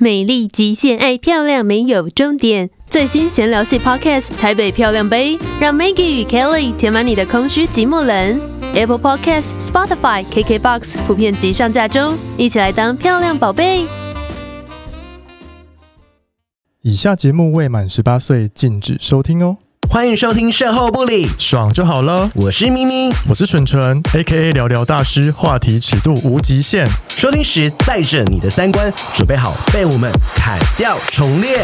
美丽极限，爱漂亮没有终点。最新闲聊系 Podcast 台北漂亮杯，让 Maggie 与 Kelly 填满你的空虚寂寞冷。Apple Podcast、Spotify、KKBox 普遍及上架中，一起来当漂亮宝贝。 以下节目未满18岁禁止收听哦。 欢迎收听售后不理， 爽就好了。 我是咪咪， 我是纯纯 ，AKA 聊聊大师，话题尺度无极限。 收听时带着你的三观，准备好被我们砍掉重练。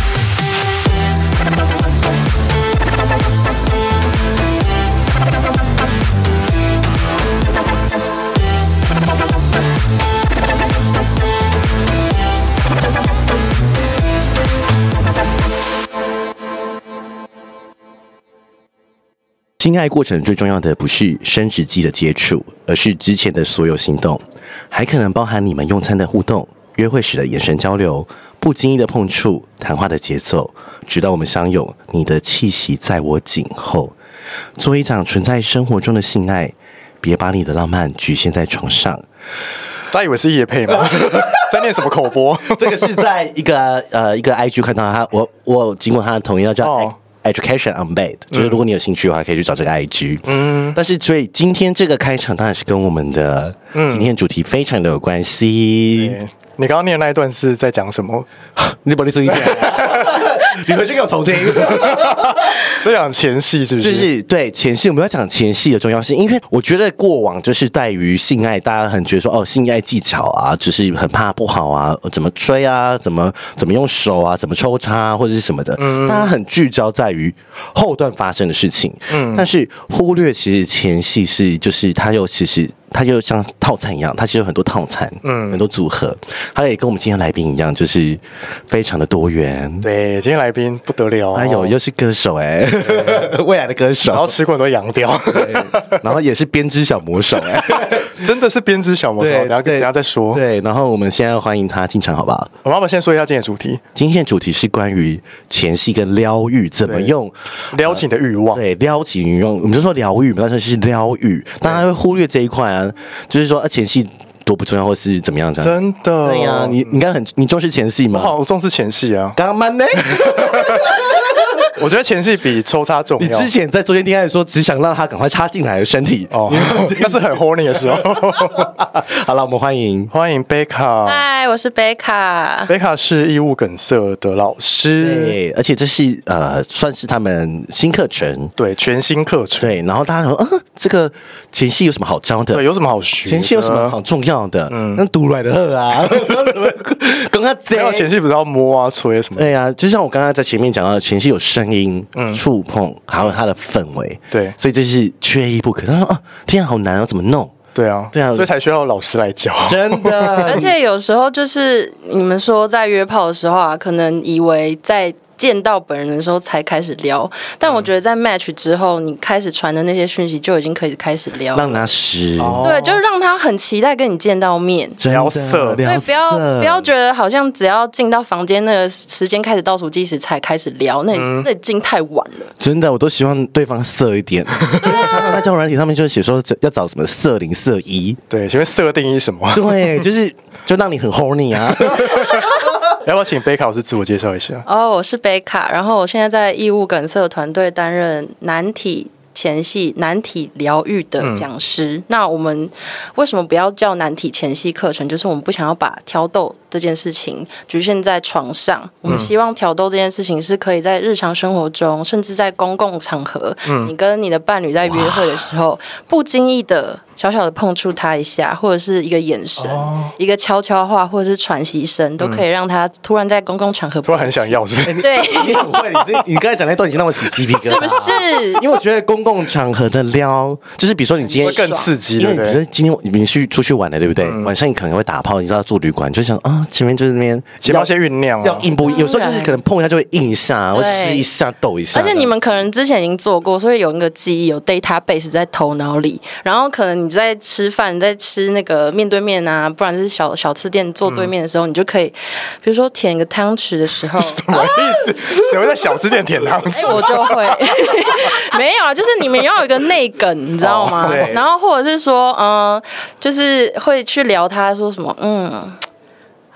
性爱过程最重要的不是生殖器的接触，而是之前的所有行动，还可能包含你们用餐的互动、约会时的眼神交流、不经意的碰触、谈话的节奏，直到我们相拥，你的气息在我颈后。做一场存在生活中的性爱，别把你的浪漫局限在床上。 大家以为是业配吗？在念什么口播？ 这个是在一个 IG 看到他，我经过他的同意，要叫Education on Bed， 就是如果你有兴趣的话，可以去找这个 IG。但是所以今天这个开场当然是跟我们的今天主题非常的有关系。 你刚刚念的那一段是在讲什么？ 你把你注意点，你回去给我重听。 在讲前戏是不是？ 就是对前戏，我们要讲前戏的重要性，因为我觉得过往就是在于性爱，大家很觉得说性爱技巧啊，就是很怕不好啊，怎么追啊，怎么用手啊，怎么抽插啊，或者是什么的，大家很聚焦在于后段发生的事情，但是忽略其实前戏是就是它就像套餐一样，它其实有很多套餐，很多组合，它也跟我们今天来宾一样，就是非常的多元。 对，今天来宾不得了， 哎呦，又是歌手未来的歌手， 然后吃过很多洋雕， 然后也是编织小魔手真的是编织小魔手，等一下再说。 对，然后我们现在欢迎他进场，好不好？ 我们先说一下今天的主题。 今天的主题是关于前戏跟撩欲，怎么用撩起你的欲望？对， 撩起你用，我们就说疗愈，但是是撩欲，大家会忽略这一块啊，就是说前戏多不重要，或是怎么样的？ 真的？ 对呀，你应该你重视前戏吗？ 我重视前戏啊。 干嘛呢？ 我觉得前戏比抽插重要。 你之前在昨天听他说，只想让他赶快插进来的身体那是很 horny 的时候。 好了，我们欢迎贝卡。 嗨，我是贝卡。 贝卡是异物梗塞的老师， 对，而且这是算是他们新课程， 对，全新课程。 对，然后大家说，这个前戏有什么好教的？ 对，有什么好学？ 前戏有什么好重要的？那独来的喝啊，刚刚没有前戏不是要摸啊、吹什么？ 对啊，就像我刚刚在前面讲到的，前戏有声音、触碰，还有它的氛围， 对， 所以这是缺一不可。他说天啊，好难，要怎么弄？ 对啊，所以才需要老师来教， 真的。 而且有时候就是你们说在约炮的时候啊，可能以为在见到本人的时候才开始撩，但我觉得在 match 之后，你开始传的那些讯息就已经可以开始撩了， 让他湿， 对，就让他很期待跟你见到面， 聊色， 对，不要觉得好像只要进到房间那个时间开始倒数计时才开始聊，那已经太晚了。 真的，我都希望对方色一点。常常在交友软体上面就写说要找什么色0、色1， 对，请问色定义什么？ 对，就让你很 horny 啊。 要不要请贝卡老师自我介绍一下？ 我是贝卡，然后我现在在异物梗塞团队担任男体前戏、男体疗愈的讲师。那我们为什么不要叫男体前戏课程？就是我们不想要把挑逗这件事情局限在床上，我们希望挑逗这件事情是可以在日常生活中，甚至在公共场合，你跟你的伴侣在约会的时候，不经意的小小的碰触他一下，或者是一个眼神、一个悄悄话，或者是喘息声，都可以让他突然在公共场合突然很想要，是不是？ 对， 你很会，你刚才讲那段已经让我起鸡皮疙瘩， 是不是？ 因为我觉得公共场合的撩，就是比如说你今天会更刺激， 因为比如说今天你出去玩了，对不对？晚上你可能会打炮，你知道住旅馆就想前面就是那边前面先酝酿， 要硬不硬？有时候就是可能碰一下就会硬一下，或湿一下、抖一下。 而且你们可能之前已经做过，所以有那个记忆，有 database 在头脑里。然后可能你在吃饭，你在吃那个面对面啊，不然是小吃店坐对面的时候，你就可以，比如说舔个汤匙的时候， 什么意思？谁会在小吃店舔汤匙？ 我就会，没有啊，就是你们要有一个内梗，你知道吗？然后或者是说，就是会去聊他说什么，好。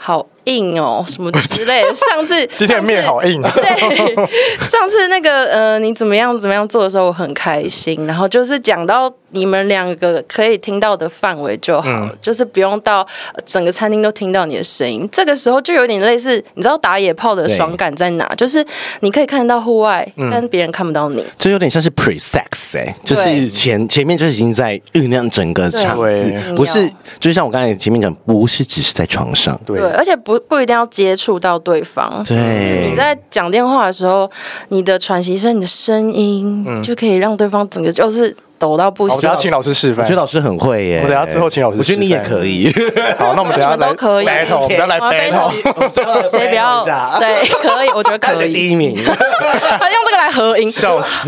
硬哦，什么之类的。上次今天的面好硬。 对，上次那个你怎么样做的时候，我很开心。然后就是讲到你们两个可以听到的范围就好了，就是不用到整个餐厅都听到你的声音。这个时候就有点类似，你知道打野炮的爽感在哪？就是你可以看得到户外，但别人看不到你。 这有点像是 pre-sex 就是前面就已经在酝酿整个场子，不是，就像我刚才前面讲，不是只是在床上， 对，而且不一定要接触到对方， 对， 你在讲电话的时候，你的喘息声、你的声音，就可以让对方整个就是抖到不行。 我等下请老师示范， 我觉得老师很会耶。 我等下最后请老师示范， 我觉得你也可以。 好，那我们等下都可以 battle， 我们要来 battle， 谁不要？对，可以，我觉得可以。 第一名， 他用这个来合音， 笑死。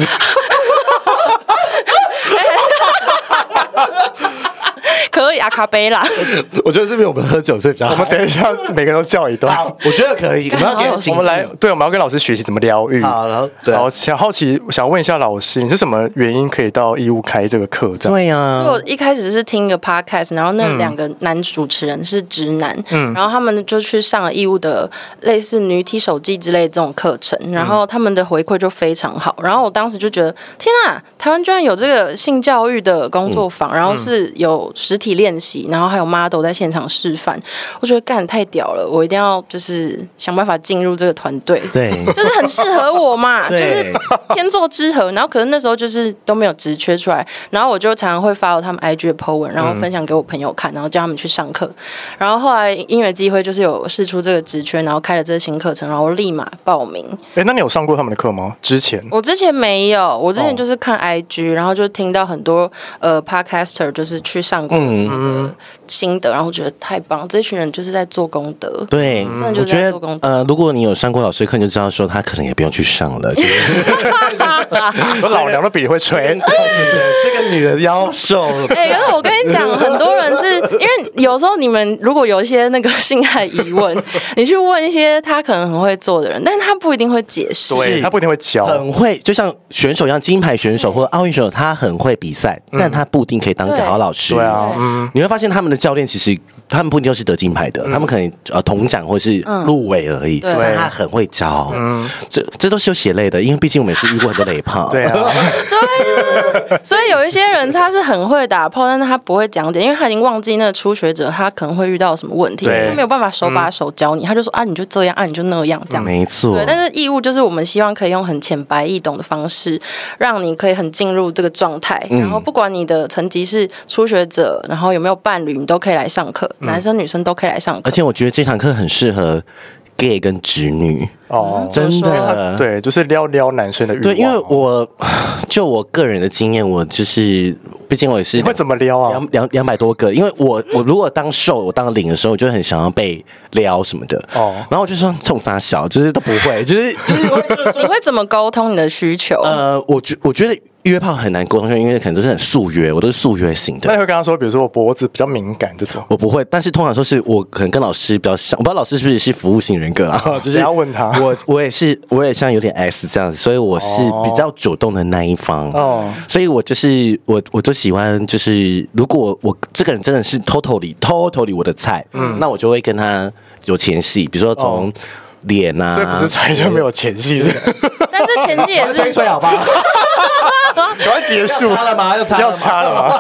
可以阿卡贝拉。 我觉得这边我们喝酒所以比较好。 我们等一下每个人都叫一段。 我觉得可以。我们要给我们来，对，我们要跟老师学习怎么疗愈。 好，然后对， 然后想问一下老师，你是什么原因可以到义乌开这个课？这样对呀， 我一开始是听一个 podcast， 然后那两个男主持人是直男，然后他们就去上了义乌的类似女体手记之类的这种课程，然后他们的回馈就非常好，然后我当时就觉得天啊，台湾居然有这个性教育的工作坊，然后是有实体练习，然后还有 model 在现场示范，我觉得干太屌了，我一定要就是想办法进入这个团队， 对， 就是很适合我嘛，就对是天作之合。然后可是那时候就是都没有职缺出来，然后我就常常会follow他们 IG 的 po 文，然后分享给我朋友看，然后叫他们去上课。然后后来因缘机会就是有释出这个职缺，然后开了这个新课程，然后我立马报名。 那你有上过他们的课吗？之前我之前没有，我之前就是看 IG，然后就听到很多podcaster 就是去上过心得，然后觉得太棒，这群人就是在做功德。 对， 真的就是在做功德。 如果你有上过老师课，你就知道说他可能也不用去上了。 我老娘都比你会吹， 这个女人妖瘦。 可是我跟你讲，很多人是因为有时候你们如果有一些那个性爱疑问，你去问一些他可能很会做的人，但是他不一定会解释， 对，他不一定会教， 很会，就像选手一样，金牌选手或者奥运选手，他很会比赛，但他不一定可以当个好老师。 对啊， 你会发现他们的教练其实他们不一定是得金牌的，他们可能铜奖或是入围而已，但他很会教。这都是有血泪的，因为毕竟我们也是遇过很多雷炮。 对啊， 对啊，所以有一些人他是很会打炮，但是他不会讲解，因为他已经忘记那个初学者他可能会遇到什么问题，他没有办法手把手教你，他就说啊你就这样啊你就那样这样。 没错。 对，但是义务就是我们希望可以用很浅白易懂的方式，让你可以很进入这个状态，然后不管你的层级是初学者，然后有没有伴侣，你都可以来上课，男生女生都可以来上课。 而且我觉得这堂课很适合 gay 跟直女。真的， 对，就是撩男生的欲望。 对，因为我个人的经验，我就是毕竟我也是， 你会怎么撩啊 ？200多个，因为我如果当受我当领的时候，我就很想要被撩什么的。然后我就说冲啥小，就是都不会，就是你会怎么沟通你的需求？ 我觉得约炮很难沟通，因为可能都是很速约，我都是速约型的。 那你会跟他说，比如说我脖子比较敏感这种？ 我不会，但是通常说是我可能跟老师比较像，我不知道老师是不是服务型人格啊？就是要问他。 我也像有点 S 这样子，所以我是比较主动的那一方。所以我就是我就喜欢，就是如果我这个人真的是 totally 我的菜，那我就会跟他有前戏，比如说从脸啊， 所以不是菜就没有前戏的。 但是前戏也是吹好吧？ 赶快结束了吗？ 要插了吗？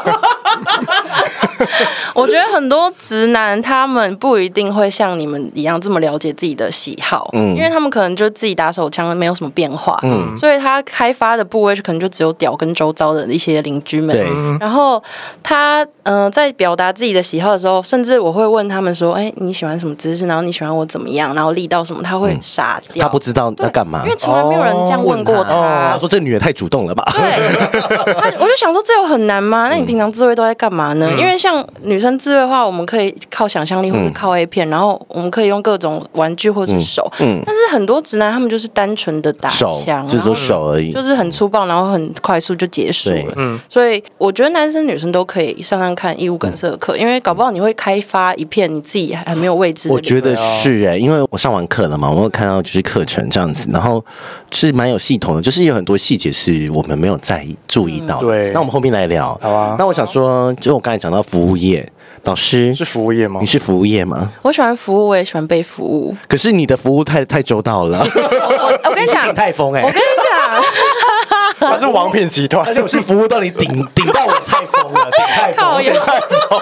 我觉得很多直男他们不一定会像你们一样这么了解自己的喜好，因为他们可能就自己打手枪，没有什么变化，所以他开发的部位可能就只有屌跟周遭的一些邻居们。然后他在表达自己的喜好的时候，甚至我会问他们说：“哎，你喜欢什么姿势？然后你喜欢我怎么样？然后力道什么？”他会傻掉， 他不知道要干嘛， 因为从来没有人这样问过他。 他说：“这女人太主动了吧？” 对，我就想说这有很难吗？那你平常自慰都在干嘛呢？因为像女生自慰的话，我们可以靠想象力或者靠 A 片，然后我们可以用各种玩具或是手。但是很多直男他们就是单纯的打枪， 只做手而已， 就是很粗暴，然后很快速就结束了。所以我觉得男生女生都可以上看义务梗塞的课，因为搞不好你会开发一片你自己还没有未知的。 我觉得是因为我上完课了嘛，我有看到就是课程这样子，然后是蛮有系统的，就是有很多细节是我们没有注意到的。 对， 那我们后面来聊。 好啊。 那我想说，就我刚才讲到服务业。 老师是服务业吗你？是服务业吗？ 我喜欢服务，我也喜欢被服务。 可是你的服务太周到了， 我跟你讲， 鼎泰丰我跟你讲， 他是王品集团而，且我是服务到你顶到我泰丰了，鼎泰丰， 靠腰鼎泰丰。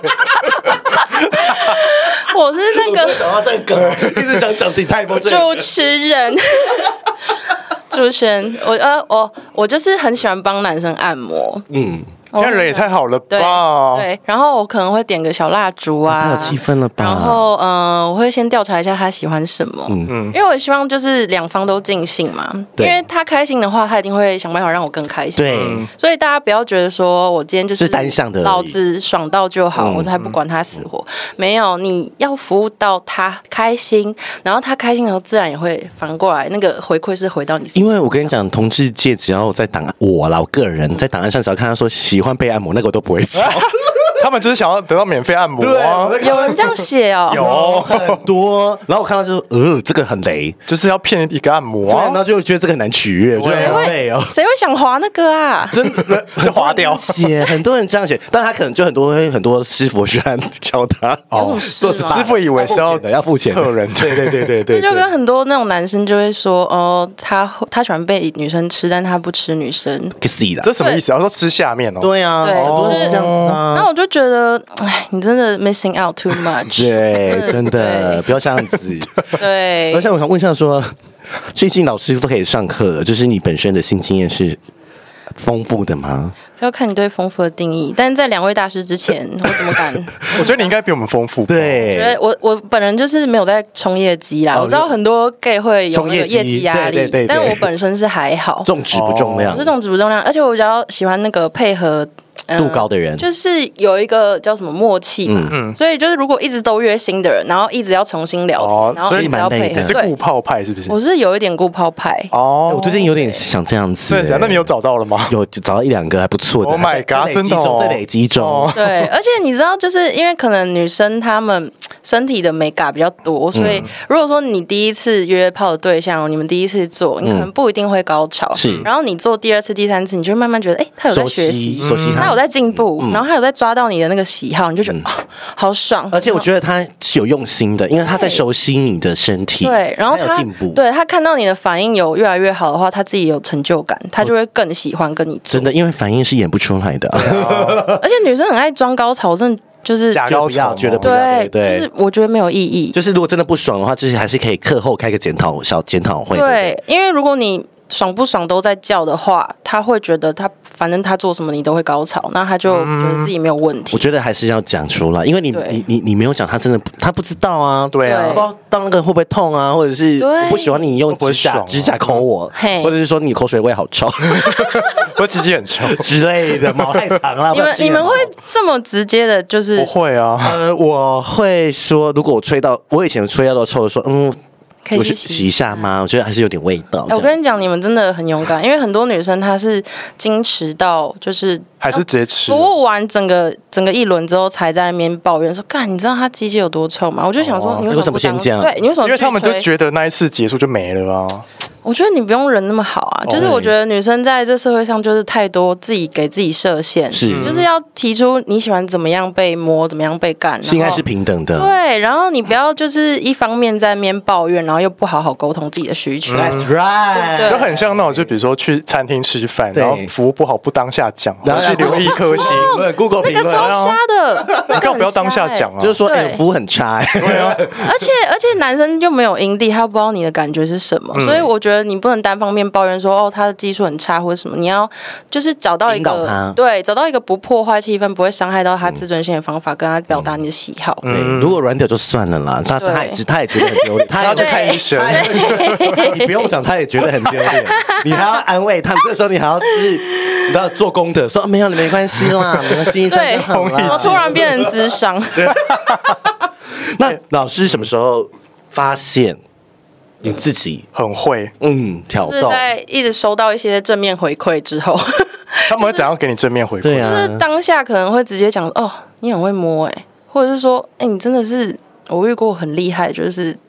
我是那个讲到这个，一直想讲鼎泰丰这个。 主持人。主持人，我就是很喜欢帮男生按摩， 这样人也太好了对吧？ 对，然后我可能会点个小蜡烛啊， 太有气氛了吧？ 然后我会先调查一下他喜欢什么，因为我希望就是两方都尽兴嘛，因对为他开心的话，他一定会想办法让我更开心。 对， 所以大家不要觉得说我今天就是单向的而已老子爽到就好，我才不管他死活。没有，你要服务到他开心，然后他开心的时候，自然也会反过来，那个回馈是回到你身上。 因为我跟你讲，同志界只要在档案，我个人在档案上只要看他说喜欢被按摩，那个我都不会敲。 他们就是想要得到免费按摩啊， 有人这样写哦， 有很多，然后我看到就这个很雷， 就是要骗一个按摩对，然啊， 后就觉得这个很难取悦，我觉得对很累哦。 谁会想滑那个啊？ 真的就划掉。 写很多人这样写，但他可能就很多师傅喜欢教他有什么事吗？ 师傅以为是要付钱的客人，对对对对对， 这就跟很多那种男生就会说，哦，他喜欢被女生吃，但他不吃女生。 给死的。 这什么意思？要说吃下面哦？ 对啊， 对很多人是这样子的啊。 那我就觉得，哎，你真的 missing out too much。 对，真的不要这样子。 对而且我想问一下说，最近老师都可以上课了，就是你本身的性经验是丰富的吗？ 要看你对丰富的定义。但是在两位大师之前，我怎么敢？ 我觉得你应该比我们丰富。 对， 觉得我本人就是没有在冲业绩啦。我知道很多 gay 会有那个业绩压力， 对， 但我本身是还好， 重质不重量我是，重质不重量，而且我比较喜欢那个配合。 度高的人就是有一个叫什么默契嘛，所以就是如果一直都约新的人，然后一直要重新聊天，然后所以一直要配合， 蛮累的你是顾对， 泡派是不是？ 我是有一点顾泡派。 哦我最近有点想这样子。 真的假的？那你有找到了吗？ 有找到1-2个还不错的 Oh my god，真的哦在累积中哦。 对，而且你知道，就是因为可能女生她们身体的美感比较多，所以如果说你第一次约炮的对象，你们第一次做，你可能不一定会高潮， 是然后你做第二次、第三次，你就会慢慢觉得，哎，他有在学习， 熟悉他有在进步，然后他有在抓到你的那个喜好，你就觉得好爽。 而且我觉得他是有用心的，因为他在熟悉你的身体， 对，然后有进步。 对他看到你的反应有越来越好的话，他自己有成就感，他就会更喜欢跟你做。 真的，因为反应是演不出来的。 而且女生很爱装高潮，真的就是假高潮觉得不要， 对， 对， 就是我觉得没有意义。 就是如果真的不爽的话，就是还是可以课后开个小检讨会。 对，因为如果你爽不爽都在叫的话，他会觉得反正他做什么你都会高潮，那他就觉得自己没有问题。 我觉得还是要讲出来，因为你没有讲，他真的他不知道啊。 对啊不知道当那个会不会痛啊，或者是对我不喜欢你用会不会爽啊指甲抠我， 嘿或者是说你口水味好臭我鸡鸡很臭， 之类的，毛太长了。 你们会这么直接的，就是不会啊。 我会说，如果我以前吹到都臭的说， 可以我去去洗洗一下吗？我觉得还是有点味道。 我跟你讲，你们真的很勇敢，因为很多女生她是矜持到就是还是直接吃服务完整个一轮之后，才在那边抱怨说：“干，你知道他鸡鸡有多臭吗？”我就想说，你为什么不当为什么先这样对，你为什么？ 因为他们就觉得那一次结束就没了啊。 我觉得你不用人那么好啊，就是我觉得女生在这社会上就是太多自己给自己设限， 是就是要提出你喜欢怎么样被摸，怎么样被干， 性爱是平等的。 对，然后你不要就是一方面在那边抱怨，然后又不好好沟通自己的需求。 That's right， 对就很像那种，就比如说去餐厅吃饭， 对然后服务不好不当下讲， 然后回去留一颗星。 Google 评论， 那个超瞎的， 你干嘛不要当下讲啊？ 就是说， 对服务很差。 对啊， 而且男生又没有营地，他不知道你的感觉是什么，所以我觉得你不能单方面抱怨说哦他的技术很差或者什么，你要就是找到一引导他个对，找到一个不破坏气氛、不会伤害到他自尊心的方法，跟他表达你的喜好。 对，如果软屌就算了啦，他也觉得很丢脸，他要去看医生。 你不用讲，他也觉得很丢脸，你还要安慰他，这时候你还要就是你知道做功德，说没有没关系啦，没关系，这样就好我啦。 突然变成智商， 那老师什么时候发现你自己很会， 挑就是逗？ 在一直收到一些正面回馈之后， 他们会怎样给你正面回馈？ 对啊就是，当下可能会直接讲哦，你很会摸或者是说你真的是我遇过很厉害，就是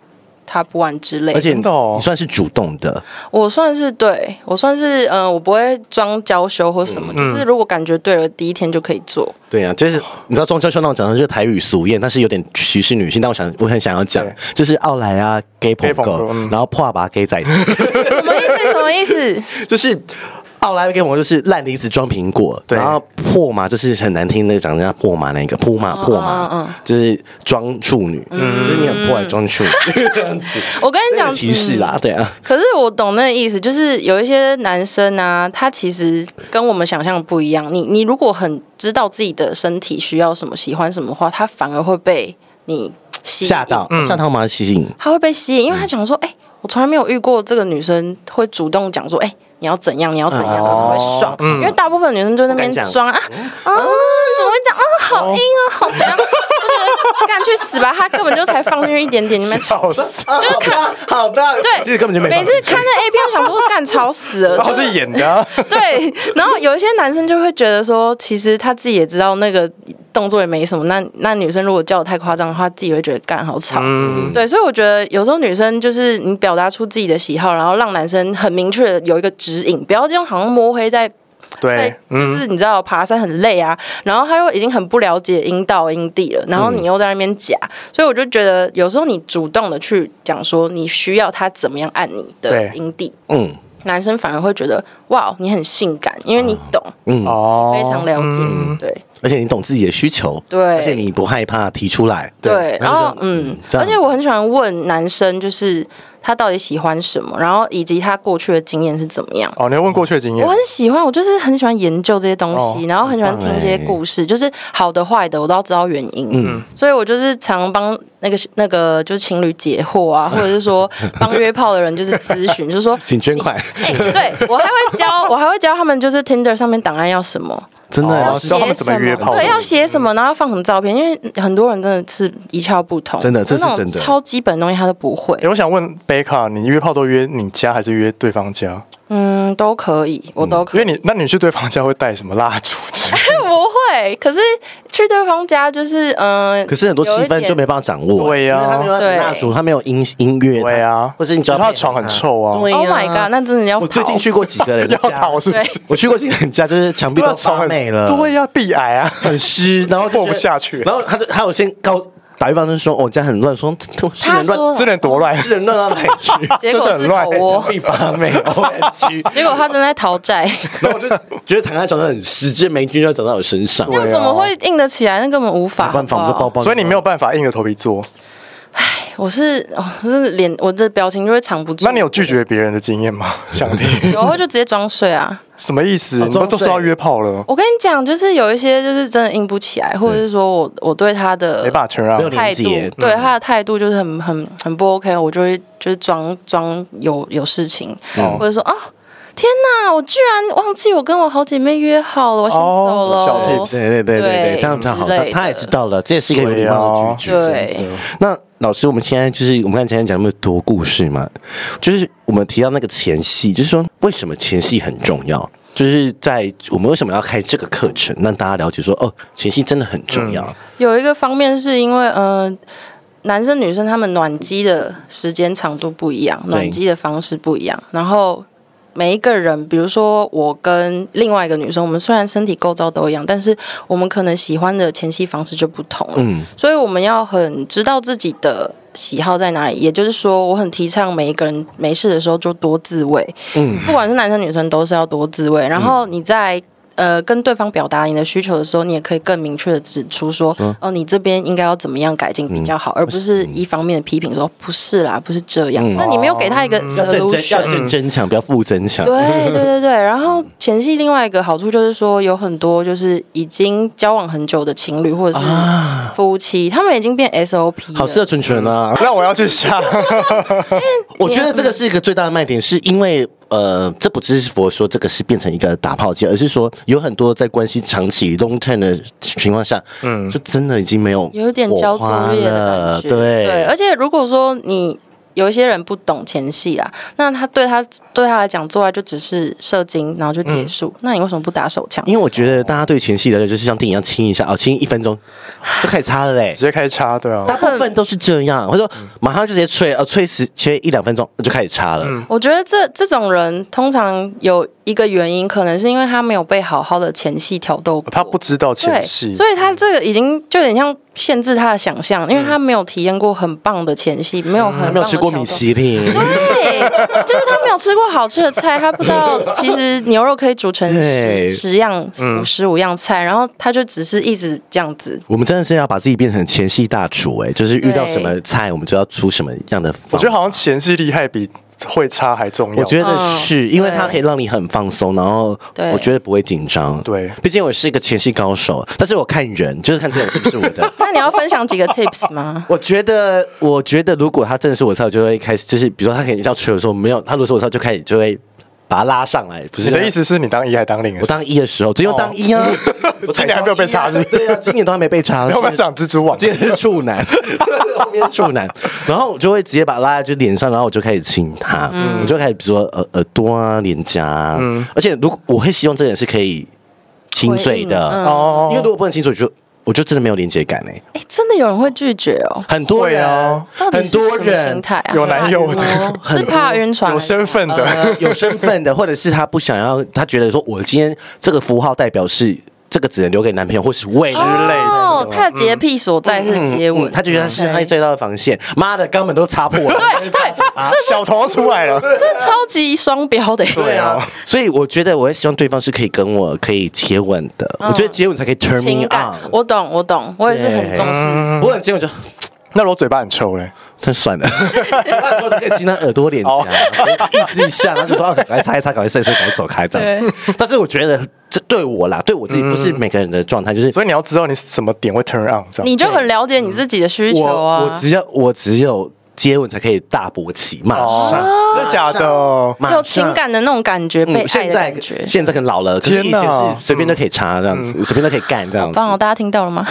他不玩之类的。 而且你真的哦算是主动的， 我算是我不会装娇羞或什么，就是如果感觉对了，第一天就可以做。 对啊，就是你知道装娇羞那种讲的就是台语俗谚，但是有点歧视女性，但我很想要讲，就是奥莱啊 gay 捧狗，然后破把 gay 仔死， 什么意思？什么意思？ 就是奥莱 gay 捧狗就是烂梨子装苹果，然后破嘛就是很难听的讲人家破嘛那个破嘛，就是装处女，就是你很破来装处女这样子。 我跟你讲， 歧视啦，对啊。 可是我懂那个意思，就是有一些男生啊，他其实跟我们想象不一样。你如果很知道自己的身体需要什么、喜欢什么的话，他反而会被你吸引吓到吗？吸引， 他会被吸引，因为他讲说，我从来没有遇过这个女生会主动讲说，你要怎样，你要怎样，我才会爽。因为大部分女生就在那边装啊，怎么会讲啊，好硬啊，好怎样，就是干去死吧！他根本就才放进去一点点，你们吵死，就是看好大， 对， 其实根本就没。 每次看那 A 片，想说干吵死了， 然后是演的啊， 对。然后有一些男生就会觉得说，其实他自己也知道那个动作也没什么，那女生如果叫的太夸张的话，自己会觉得干好吵。对，所以我觉得有时候女生就是你表达出自己的喜好，然后让男生很明确的有一个指引，不要这样好像摸黑在。 对， 就是你知道爬山很累啊，然后他又已经很不了解阴道阴蒂了，然后你又在那边夹，所以我就觉得有时候你主动的去讲说你需要他怎么样按你的阴蒂，男生反而会觉得哇你很性感，因为你懂，非常了解，对， 而且你懂自己的需求， 对， 而且你不害怕提出来， 对，然后而且我很喜欢问男生就是。他到底喜欢什么，然后以及他过去的经验是怎么样？ 哦，你要问过去的经验？ 我很喜欢，我就是很喜欢研究这些东西，然后很喜欢听这些故事，就是好的坏的我都要知道原因。所以我就是常帮那个就是情侣解惑啊，或者是说帮约炮的人就是咨询，就是说请捐款。 对我还会教他们就是 Tinder 上面档案要什么。 真的要写什么？对，要写什么，然后要放什么照片？因为很多人真的是一窍不通， 真的，这是真的， 超基本的东西他都不会。 我想问贝卡，你约炮都约你家还是约对方家？ 都可以，我都可以。 因为你去对方家会带什么蜡烛？ 不会，可是去对方家就是可是很多气氛就没办法掌握。 对呀， 他没有蜡烛，他没有音乐， 对啊， 或者你知道他的床很臭啊。 Oh my god， 那真的要跑。 我最近去过几个人要逃是不是？ 我去过几个人家，就是墙壁都发霉了， 对呀，壁癌啊， 很湿，然后过不下去。 然后他有先打预防针说，我家很乱，说是人多乱， 是人乱到哪里去？ 结果是狗窝， 壁发霉，OMG。 结果他正在讨债， 然后我就觉得躺在床上很湿，就是霉菌要长到我身上。 那怎么会硬得起来？那根本无法。 没办法，我就包包。 所以你没有办法硬着头皮做。 我是脸，我的表情就会藏不住。 那你有拒绝别人的经验吗？想听？ 有，我就直接装睡啊。 什么意思？你们都说要约炮了。 我跟你讲，就是有一些就是真的硬不起来，或者是说我对他的没办法承认态度，对他的态度就是很不 OK， 我就会就是装有事情，或者说天哪！我居然忘记我跟我好姐妹约好了，我先走了。 小 tips， 对，这样比较好。他也知道了，这也是一个有礼貌的拒绝。 对， 那老师，我们现在就是我们刚才讲那么多故事嘛，就是我们提到那个前戏，就是说为什么前戏很重要？就是在我们为什么要开这个课程，让大家了解说前戏真的很重要。 有一个方面是因为男生女生他们暖机的时间长度不一样，暖机的方式不一样，然后。每一个人，比如说我跟另外一个女生，我们虽然身体构造都一样，但是我们可能喜欢的前戏方式就不同了。所以我们要很知道自己的喜好在哪里。也就是说，我很提倡每一个人没事的时候就多自慰。不管是男生女生都是要多自慰。然后你在跟对方表达你的需求的时候，你也可以更明确的指出说，你这边应该要怎么样改进比较好，而不是一方面的批评说不是啦，不是这样。那你没有给他一个 solution， 要正增强，不要负增强。 对。然后前戏另外一个好处就是说，有很多就是已经交往很久的情侣或者是夫妻，他们已经变 SOP 了。 好适合纯纯啊！ 那我要去下。 我觉得这个是一个最大的卖点，是因为。这不只是说这个是变成一个打炮机，而是说有很多在关系长期 long term 的情况下，就真的已经没有点交作业的感觉。 对， 而且如果说你有一些人不懂前戏啊，那对他来讲，做爱就只是射精，然后就结束。那你为什么不打手枪？ 因为我觉得大家对前戏了解就是像电影一样亲一下哦，亲1分钟就开始插了嘞， 直接开始插，对啊， 大部分都是这样，或者说马上就直接吹，吹1-2分钟就开始插了。 我觉得这种人通常有一个原因，可能是因为他没有被好好的前戏挑逗过， 他不知道前戏， 所以他这个已经就有点像限制他的想象，因为他没有体验过很棒的前戏，没有很棒的没有吃过米其林， 对，就是他没有吃过好吃的菜，他不知道其实牛肉可以煮成10样、55样菜，然后他就只是一直这样子。 我们真的是要把自己变成前戏大厨就是遇到什么菜，我们就要出什么样的。 我觉得好像前戏厉害比会插还重要。 我觉得是因为它可以让你很放松，然后我觉得不会紧张。 对， 毕竟我是一个前戏高手，但是我看人，就是看这个人是不是我的。 那你要分享几个 tips 吗？ 我觉得如果他真的是我的菜，我就会开始，就是比如说他可能要吹的时候没有，他如果是我的菜，就开始就会把他拉上来。不是你的意思是你当1还当0？ 我当1的时候，只有当1啊。 我今年还没有被插， 对啊，今年都还没被插。 要不然长蜘蛛网， 今年是处男，后面是处男，然后我就会直接把他拉在脸上，然后我就开始亲他，我就开始比如说耳朵啊、脸颊啊，而且如果我会希望这个人是可以亲嘴的哦，因为如果不能亲嘴，我就真的没有连接感真的有人会拒绝哦， 很多人哦， 到底是什么心态啊？ 有男友的， 是怕晕船， 有身份的， 有身份的，或者是他不想要，他觉得说我今天这个符号代表是。这个只能留给男朋友或是为之类的， 他的洁癖所在是接吻， 他就觉得是他最大的防线。妈的，肛门都插破了， 对， 小头出来了， 这超级双标的。 对啊，所以我觉得我会希望对方是可以跟我可以接吻的，我觉得接吻才可以 turn me on。 我懂，我也是很重视。 不能接吻就， 那如果嘴巴很臭嘞？ 真算了，就可以亲他耳朵、脸颊，意思一下，然后就说赶快擦一擦，赶快晒晒，赶快走开这样。但是我觉得这对我啦，对我自己不是每个人的状态，就是所以你要知道你什么点会 turn on， 这样你就很了解你自己的需求啊。 我只有接吻才可以大勃起，马上， 真的假的？ 有情感的那种感觉，被爱的感觉。 现在可能老了，可是以前是随便都可以插这样子，随便都可以干这样子。 棒哦，大家听到了吗？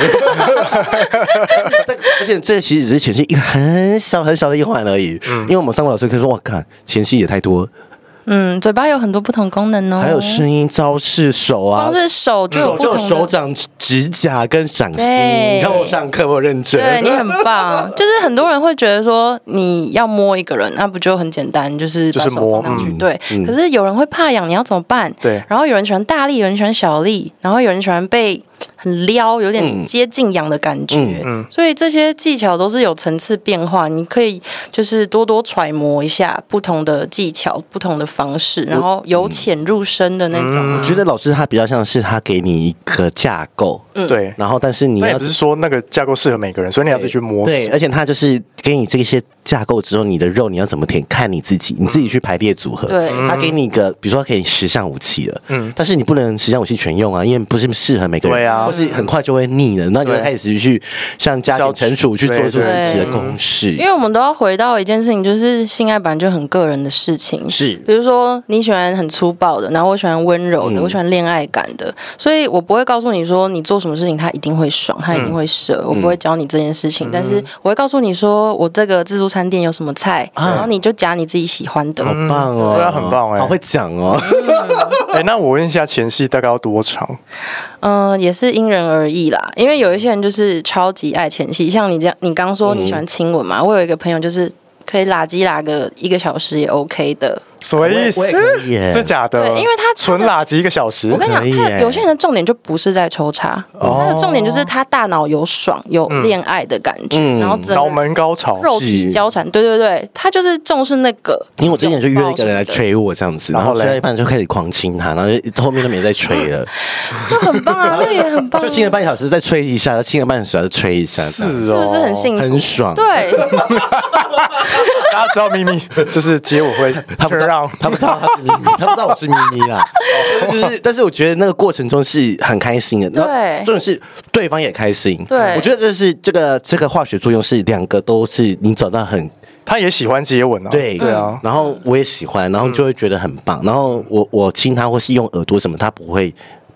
而且这其实只是前戏一个很小很小的一环而已，因为我们上过老师可以说，哇，看前戏也太多。 嘴巴有很多不同功能哦， 还有声音、招式、手啊， 光是手就有不同的手掌、指甲跟掌心。你看我上课我认真， 对你很棒。就是很多人会觉得说，你要摸一个人，那不就很简单，就是把手放上去。对，可是有人会怕痒，你要怎么办？ 对。 然后有人喜欢大力，有人喜欢小力，然后有人喜欢被很撩，有点接近痒的感觉。所以这些技巧都是有层次变化，你可以就是多多揣摩一下不同的技巧、不同的方式，然后由浅入深的那种。 我觉得老师他比较像是他给你一个架构， 对， 然后但是你也不是说那个架构适合每个人，所以你要自己去摸索。 对，而且他就是给你这些架构之后，你的肉你要怎么填，看你自己，你自己去排列组合。 对， 他给你一个，比如说他给你10项武器了，但是你不能10项武器全用啊，因为不是适合每个人， 对啊， 或是很快就会腻了，那你就会开始去像加减乘除去做出自己的公式。 因为我们都要回到一件事情，就是性爱本来就很个人的事情， 是， 比如说你喜欢很粗暴的，然后我喜欢温柔的，我喜欢恋爱感的，所以我不会告诉你说你做什么事情他一定会爽，他一定会射，我不会教你这件事情，但是我会告诉你说我这个自助餐店有什么菜，然后你就夹你自己喜欢的。 好棒哦， 对啊，很棒好会讲哦。 那我问一下，前戏大概要多长？ 也是因人而异啦，因为有一些人就是超级爱前戏，像你这样，你刚说你喜欢亲吻嘛，我有一个朋友就是可以拉鸡拉个1个小时也 OK 的。 什么意思？真的假的？ 对，因为他纯拉几1个小时。 我跟你讲，他有些人的重点就不是在抽插，他的重点就是他大脑有爽、有恋爱的感觉，然后整脑门高潮、 肉体交缠。对对对，他就是重视那个。 因为我之前就约了一个人来吹我这样子，然后吹到一半就开始狂亲他，然后就后面都没再吹了， 就很棒啊，那也很棒。 就亲了半小时，再吹一下，亲了半小时，再吹一下， 是哦， 是不是很幸福、 很爽？ 对。 大家知道咪咪就是接我会， 他不知道他是咪咪，他不知道我是咪咪啦。就是，但是我觉得那个过程中是很开心的。 对， 重点是对方也开心。 对， 我觉得这是这个化学作用是2个都是你找到很。 他也喜欢接吻啊， 对啊， 然后我也喜欢，然后就会觉得很棒。然后我亲他或是用耳朵什么，他不会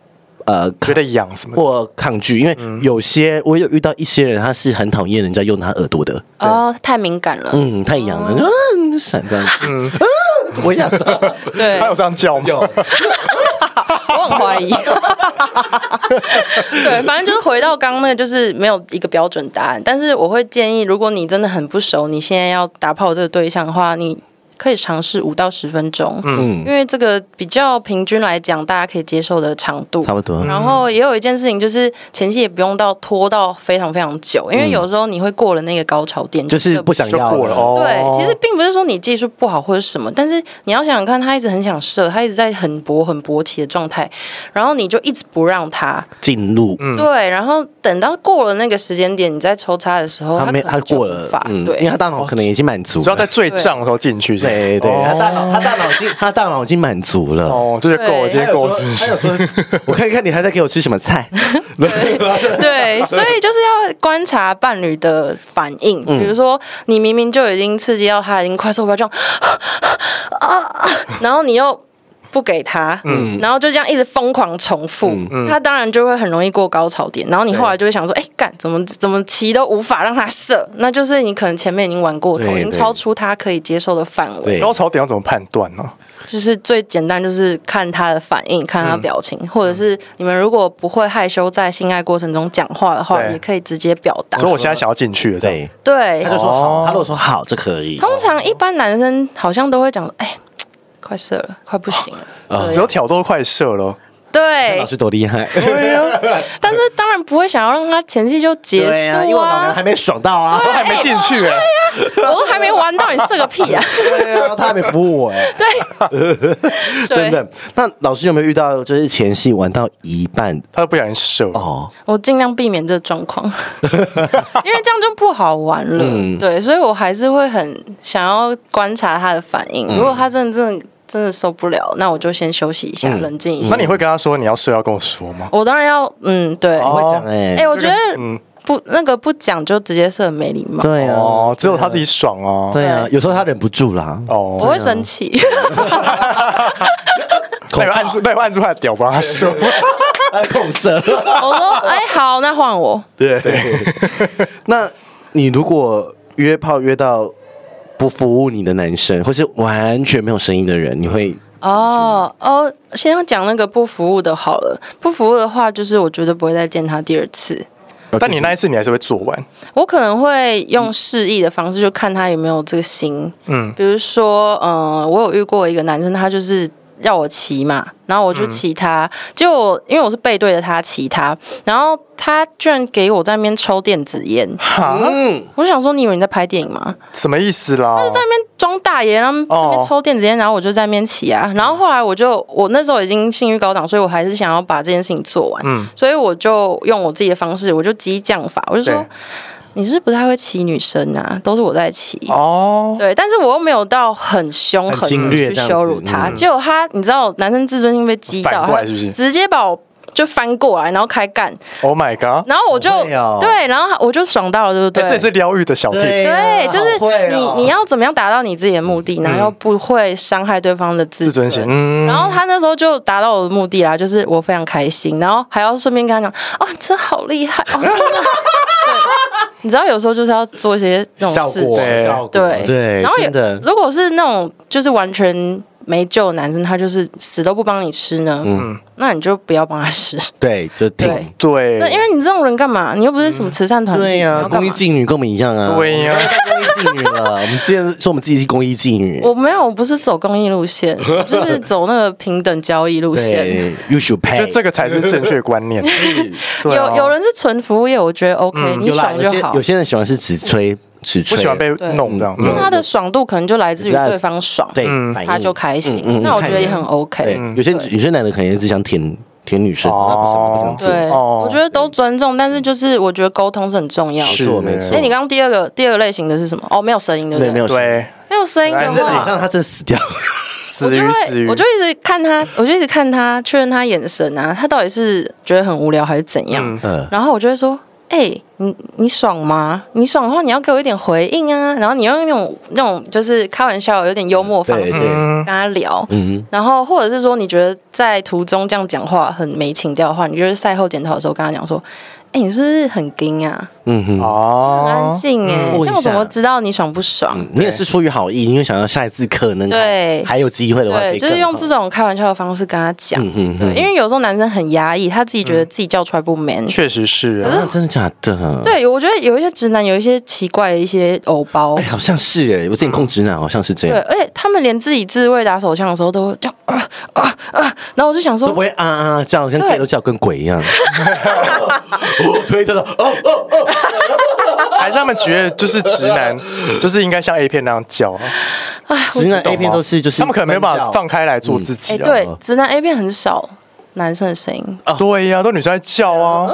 觉得痒什么的？ 或抗拒，因为我有遇到一些人，他是很讨厌人家用他耳朵的， 哦，太敏感了。 太痒了，闪这样子，我想对， 还有这样叫吗？ 我很怀疑。对，反正就是回到刚刚那个，就是没有一个标准答案。但是我会建议，如果你真的很不熟，你现在要打炮这个对象的话，你可以尝试5到10分钟，因为这个比较平均来讲，大家可以接受的长度， 差不多。 然后也有一件事情，就是前戏也不用到拖到非常非常久，因为有时候你会过了那个高潮点， 就是不想要过了。哦， 对，其实并不是说你技术不好或者什么，但是你要想想看，他一直很想射，他一直在很勃起的状态，然后你就一直不让他进入， 对，然后等到过了那个时间点，你在抽插的时候， 他过了， 对， 因为他大脑可能已经满足了， 只要在最胀的时候进去。 对，他大脑已经满足了。 哦，就是够了，今天够了，是不是？ 他有说，我看一看你还在给我吃什么菜。 对，所以就是要观察伴侣的反应。比如说，你明明就已经刺激到他，已经快受不了，这样然后你又不给他，然后就这样一直疯狂重复，他当然就会很容易过高潮点。然后你后来就会想说，干怎么骑都无法让他射，那就是你可能前面已经玩过头，已经超出他可以接受的范围。 高潮点要怎么判断呢？ 就是最简单，就是看他的反应，看他表情，或者是你们如果不会害羞在性爱过程中讲话的话，也可以直接表达。 所以我现在想要进去了， 对， 他就说好，他如果说好，这可以。 通常一般男生好像都会讲，快射了，快不行了， 只有挑逗快射了。 对， 老师多厉害！ 对呀， 但是当然不会想要让他前戏就结束啊， 因为我老娘还没爽到啊， 都还没进去对呀，我都还没玩到，你射个屁啊！ 对啊，他还没服务我对， 真的。那老师有没有遇到就是前戏玩到一半， 他都不小心射哦？ 我尽量避免这个状况，因为这样就不好玩了。对，所以我还是会很想要观察他的反应。如果他真的受不了，那我就先休息一下，冷静一下。 那你会跟他说你要射要跟我说吗？ 我当然要，对， 我会讲我觉得不讲就直接射很没礼貌。 对啊， 只有他自己爽哦。 对啊，有时候他忍不住啦。 哦， 我会生气。 那有按住他的屌帮他射， 控射。 我说好，那换我。 对。那你如果约炮约到不服务你的男生，或是完全没有声音的人，你会先讲那个不服务的好了。不服务的话，就是我绝对不会再见他第2次。 但你那一次你还是会做完？ 我可能会用示意的方式，就看他有没有这个心。比如说，我有遇过一个男生，他就是要我骑嘛，然后我就骑他，结果因为我是背对着他骑他，然后他居然给我在那边抽电子烟。我就想说，你以为你在拍电影吗？ 什么意思啦？ 他就在那边装大爷，然后在那边抽电子烟，然后我就在那边骑啊。然后后来我那时候已经性欲高涨，所以我还是想要把这件事情做完。所以我就用我自己的方式，我就激将法，我就说。你是不是不太会骑女生啊？都是我在骑对，但是我又没有到很凶狠去羞辱他。结果他，你知道，男生自尊心被激到，他直接把我就翻过来，然后开干。 Oh my god！ 然后我就对，然后我就爽到了，对不对？ 这也是疗愈的小 tips。 对，就是你要怎么样达到你自己的目的，然后又不会伤害对方的自尊心。然后他那时候就达到我的目的啦，就是我非常开心，然后还要顺便跟他讲，真好厉害真的。你知道有时候就是要做一些那种事情，对，然后如果是那种就是完全没救的男生，他就是死都不帮你吃呢，那你就不要帮他吃， 对，就停， 对， 因为你这种人干嘛？你又不是什么慈善团体， 对呀，公益妓女跟我们一样啊， 对呀， 公益妓女了，我们之前说我们自己是公益妓女， 我没有，我不是走公益路线，就是走那个平等交易路线。 You should pay， 就这个才是正确观念。 有人是纯服务业，我觉得 OK，你爽就好。 有些人喜欢是只吹。 不喜欢被弄这样， 因为他的爽度可能就来自于对方爽， 对， 他就开心。那我觉得也很 OK。 有些男的可能只想舔女生，那不想做。 对，我觉得都尊重，但是就是我觉得沟通是很重要的。 没错没错。 你刚刚第二个类型的是什么？没有声音，对不对？ 没有声音， 没有声音的话， 让他真死掉。 我就一直看他，确认他眼神啊，他到底是觉得很无聊还是怎样？然后我就会说。 你爽吗？你爽的话，你要给我一点回应啊。然后你用那种就是开玩笑、有点幽默的方式跟他聊。然后或者是说，你觉得在途中这样讲话很没情调的话，你就是赛后检讨的时候跟他讲说。你是不是很硬啊？很安静这样我怎么知道你爽不爽？ 你也是出于好意，因为想要下一次可能还有机会的话， 对，就是用这种开玩笑的方式跟他讲。对，因为有时候男生很压抑，他自己觉得自己叫出来不 man。 确实是， 真的假的？ 对，我觉得有一些直男有一些奇怪的一些偶包， 好像是我之前控直男好像是这样。 对，而且他们连自己自卫打手枪的时候都会这样然后我就想说， 都不会叫，像 gay 都叫跟鬼一样。推他的还是他们觉得就是直男就是应该像 A 片那样叫直男 A 片都是就是他们可能没有办法放开来做自己对，直男 A 片很少男生的声音。 对呀，都女生在叫啊。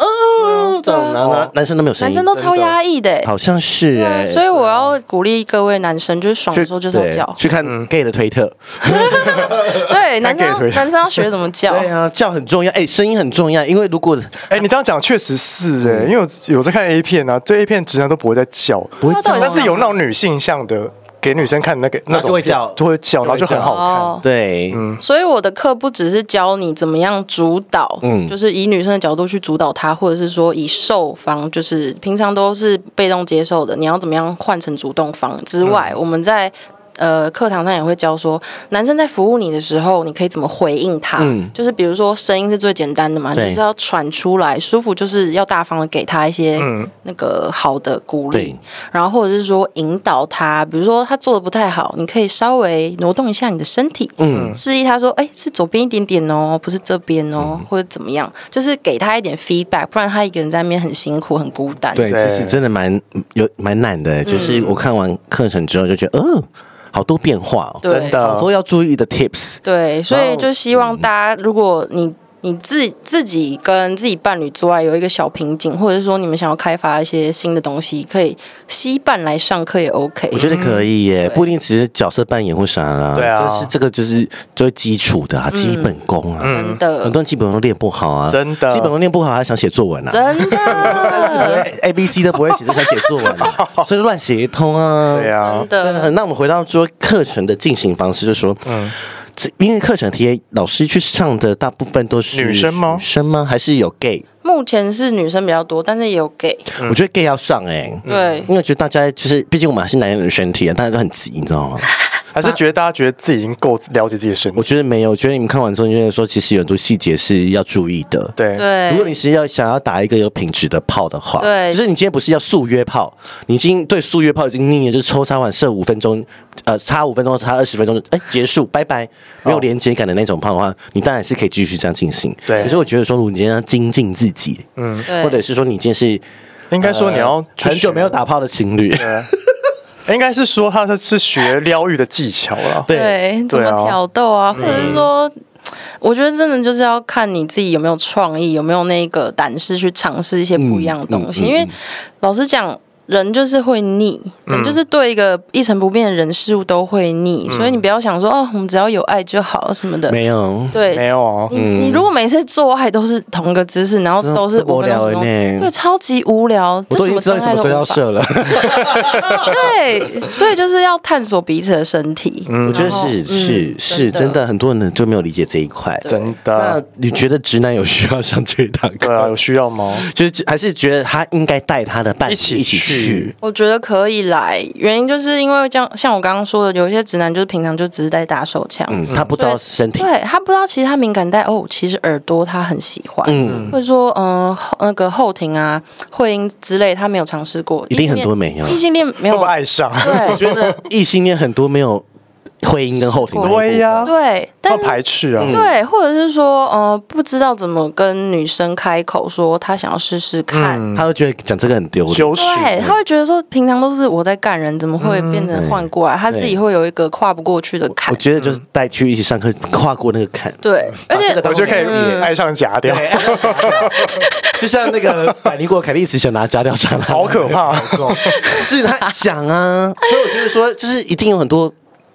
男生都没有声音， 男生都超压抑的， 好像是所以我要鼓励各位男生，就是爽的时候就是要叫， 去看 gay 的推特。 对，男生要学怎么叫。 对啊，叫很重要，声音很重要，因为如果你这样讲确实是因为我有在看 A 片啊，对 A 片直男都不会在叫， 不会叫， 但是有那种女性向的。给女生看那种就会叫， 然后就很好看。 对， 所以我的课不只是教你怎么样主导，就是以女生的角度去主导她，或者是说以受方，就是平常都是被动接受的，你要怎么样换成主动方之外，我们在课堂上也会教说，男生在服务你的时候，你可以怎么回应他？就是比如说声音是最简单的嘛，就是要传出来舒服，就是要大方的给他一些那个好的鼓励，然后或者是说引导他，比如说他做的不太好，你可以稍微挪动一下你的身体，示意他说，是左边一点点哦，不是这边哦，或者怎么样，就是给他一点 feedback， 不然他一个人在那边很辛苦很孤单。 对，其实真的蛮难的，就是我看完课程之后就觉得，好多变化真的好多要注意的 tips。 对，所以就希望大家，如果你自己跟自己伴侣之外有一个小瓶颈，或者是说你们想要开发一些新的东西，可以吸伴来上课也 OK。 我觉得可以耶，不一定只是角色扮演或啥啦。 对啊， 就是这个就是基础的基本功啊。 真的， 很多人基本功都练不好啊。 真的， 基本功练不好还想写作文啊。 真的 ，ABC 都不会写就想写作文，所以乱写一通啊。 对啊， 真的。 那我们回到说课程的进行方式，就是说，因为课程题老师去上的大部分都是女生吗？ 女生吗？还是有 gay？ 目前是女生比较多，但是也有 gay。 我觉得 gay 要上对， 因为觉得大家就是，毕竟我们还是男人的身体啊，大家都很急，你知道吗？ 还是觉得大家觉得自己已经够了解自己的身体？ 我觉得没有，我觉得你们看完之后，你觉得说其实有很多细节是要注意的。 对， 如果你是想要打一个有品质的炮的话， 对， 就是你今天不是要速约炮，你已经对速约炮已经腻了，就是抽插完射5分钟，插5分钟，插20分钟，结束，拜拜，没有连接感的那种炮的话，你当然是可以继续这样进行。 对， 可是我觉得说，如果你今天要精进自己，或者是说你今天是， 应该说你要很久没有打炮的情侣。 应该是说他是学疗愈的技巧了， 对，怎么挑逗啊，或者是说，我觉得真的就是要看你自己有没有创意，有没有那个胆识去尝试一些不一样的东西，因为老实讲。人就是会腻，人就是对一个一成不变的人事物都会腻，所以你不要想说我们只要有爱就好什么的。 没有， 对， 没有哦。 你如果每次做爱都是同个姿势，然后都是5分钟10分钟，对，超级无聊。 我都已经知道你什么时候要射了。 对，所以就是要探索彼此的身体。 我觉得是真的，很多人就没有理解这一块。 真的。 那你觉得直男有需要上这一堂课？ 对啊，有需要吗？ 就是还是觉得他应该带他的伴侣一起去。 我觉得可以来，原因就是因为像我刚刚说的，有一些直男就是平常就只是在打手枪， 他不知道身体， 对他不知道其实他敏感带其实耳朵他很喜欢，或者说那个后庭啊、会阴之类，他没有尝试过， 一定很多没有， 异性恋没有会不会爱上？ 对， 我觉得异性恋很多没有。会阴跟后庭， 对呀， 对， 但排斥啊， 对，或者是说，不知道怎么跟女生开口说他想要试试看， 他会觉得讲这个很丢脸， 对，他会觉得说平常都是我在干人，怎么会变成换过来？他自己会有一个跨不过去的坎。 我觉得就是带去一起上课，跨过那个坎。 对，而且我就可以爱上夹掉， 就像那个百灵果凯莉丝想拿夹掉上来， 好可怕。 是他想啊，所以我觉得说，就是一定有很多。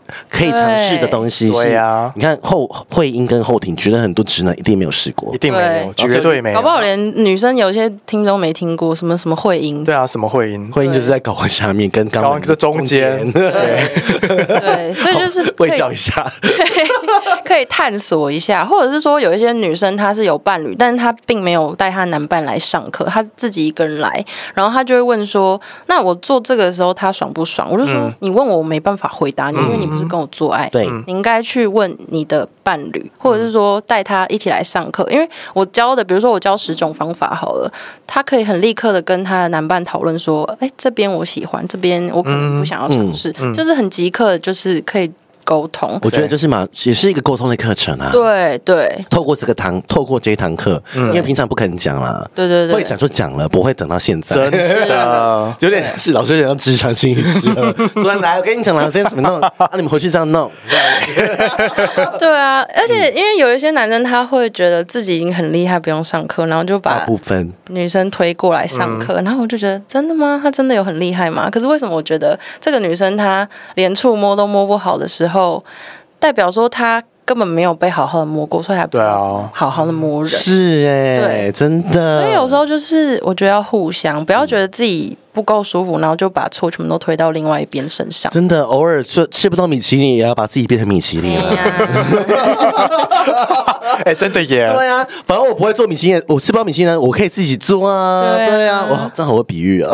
可以尝试的东西。 对呀， 你看会阴跟后庭，觉得很多直男一定没有试过， 一定没有，绝对没有， 搞不好连女生有些听都没听过什么会阴。 对啊，什么会阴？ 会阴就是在睾丸下面跟肛门的中间。 对，所以就是会叫一下， 可以探索一下，或者是说有一些女生她是有伴侣，但是她并没有带她男伴来上课，她自己一个人来，然后她就会问说：“那我做这个的时候，他爽不爽？”我就说：“你问我没办法回答你，因为你不是跟我做爱， 对， 你应该去问你的伴侣，或者是说带他一起来上课。因为我教的，比如说我教10种方法好了，他可以很立刻的跟他的男伴讨论说：‘哎，这边我喜欢，这边我可能不想要尝试。’就是很即刻，就是可以。”沟通， 我觉得就是也是一个沟通的课程啊。 对对， 透过这一堂课，因为平常不可能讲啦。 对对对， 会讲就讲了，不会等到现在。 真的， 有点是老师有点像职场心理师了。昨天来，我跟你讲了，今天怎么弄啊？你们回去这样弄。 对啊，而且因为有一些男生他会觉得自己已经很厉害，不用上课，然后就把女生推过来上课，然后我就觉得真的吗？他真的有很厉害吗？可是为什么我觉得这个女生她连触摸都摸不好的时候？代表说他根本没有被好好的摸过，所以还不知道怎么好好的摸人。 是对，真的。 所以有时候就是我觉得要互相，不要觉得自己不够舒服，然后就把错全部都推到另外一边身上。 真的，偶尔吃不到米其林，也要把自己变成米其林了。 真的耶。 对啊，反正我不会做米其林，我吃不到米其林，我可以自己做啊。对啊，哇，真好会比喻啊。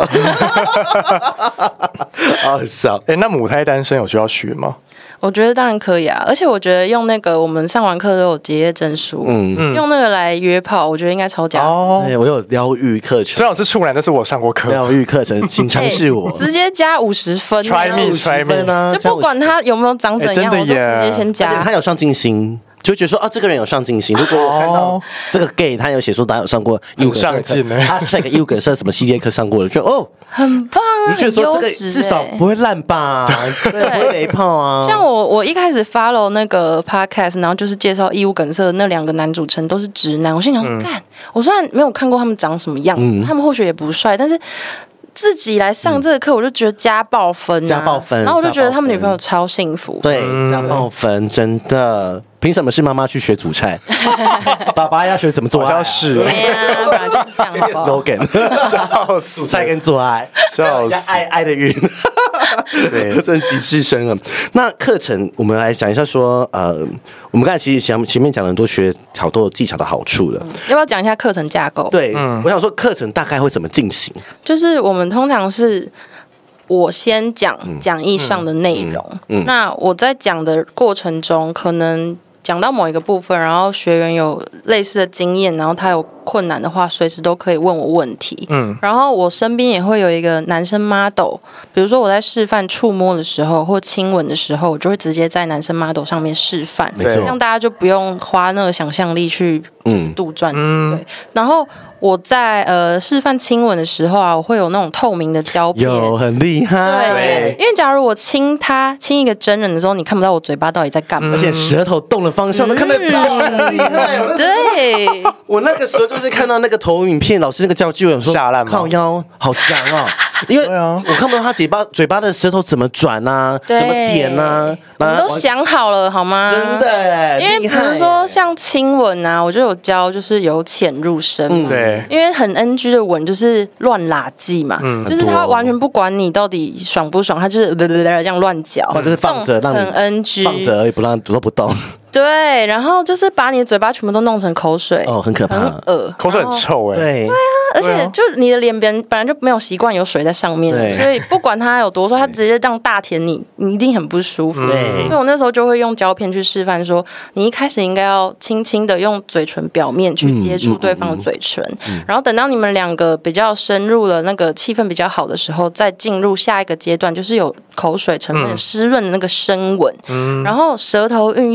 好笑。 那母胎单身有需要学吗？ 我觉得当然可以啊，而且我觉得用那个我们上完课都有结业证书，用那个来约炮，我觉得应该超佳。 对，我有疗愈课程， 虽然我是处男，但是我上过课。 疗愈课程，请尝试我， 直接加50分 ，try me 啊， 就不管他有没有长怎样，我就直接先加。 他有上进心。就觉得说这个人有上进心。如果我看到这个 gay， 他有写说他有上过有上进呢， 他那个优格社什么系列课上过的，就很棒啊， 你觉得说这个至少不会烂吧？对，不会雷炮啊。 像我一开始 follow 那个 podcast， 然后就是介绍义务梗塞的那2个男主持人都是直男，我心想干，我虽然没有看过他们长什么样子，他们或许也不帅，但是。自己来上这个课，我就觉得加爆分， 加爆分。 然后我就觉得他们女朋友超幸福， 对，加爆分，真的。凭什么是妈妈去学煮菜，爸爸要学怎么做爱？ 是， 对呀，本来就是这样。 slogan， 笑死，煮菜跟做爱， 笑死， 爱的晕，对，真极致深了。那课程我们来讲一下，说我们刚才其实前面讲了很多学好多技巧的好处了， 要不要讲一下课程架构？ 对，我想说课程大概会怎么进行？ 就是我们通常是。我先讲讲义上的内容，那我在讲的过程中，可能讲到某一个部分，然后学员有类似的经验，然后他有困难的话，随时都可以问我问题。然后我身边也会有一个男生 model， 比如说我在示范触摸的时候或亲吻的时候，我就会直接在男生 model 上面示范，这样大家就不用花那个想象力去就是杜撰。对，然后。我在示范亲吻的时候啊，我会有那种透明的胶片， 有很厉害。 对，因为假如我亲一个真人的时候，你看不到我嘴巴到底在干嘛， 而且舌头动的方向都看得到，很厉害。 对， 我那个时候就是看到那个投影片，老师那个教具，我说靠腰好强哦，因为我看不到他嘴巴的舌头怎么转啊，怎么点啊。 我们都想好了好吗？ 真的， 因为比如说像亲吻啊，我就有教，就是由浅入深。 对， 因为很 NG 的吻就是乱拉技嘛，就是他完全不管你到底爽不爽，他就是这样乱搅， 就是放着让你很 NG， 放着而已，不让都不动。 对，然后就是把你的嘴巴全部都弄成口水， 很可怕， 很恶， 口水很臭哎。 对， 而且就你的脸本来就没有习惯有水在上面，所以不管他有多臭，他直接这样大舔你，你一定很不舒服。所以我那时候就会用胶片去示范说，你一开始应该要轻轻的用嘴唇表面去接触对方的嘴唇，然后等到你们2个比较深入了，那个气氛比较好的时候，再进入下一个阶段，就是有口水成分湿润的那个深吻，然后舌头运用。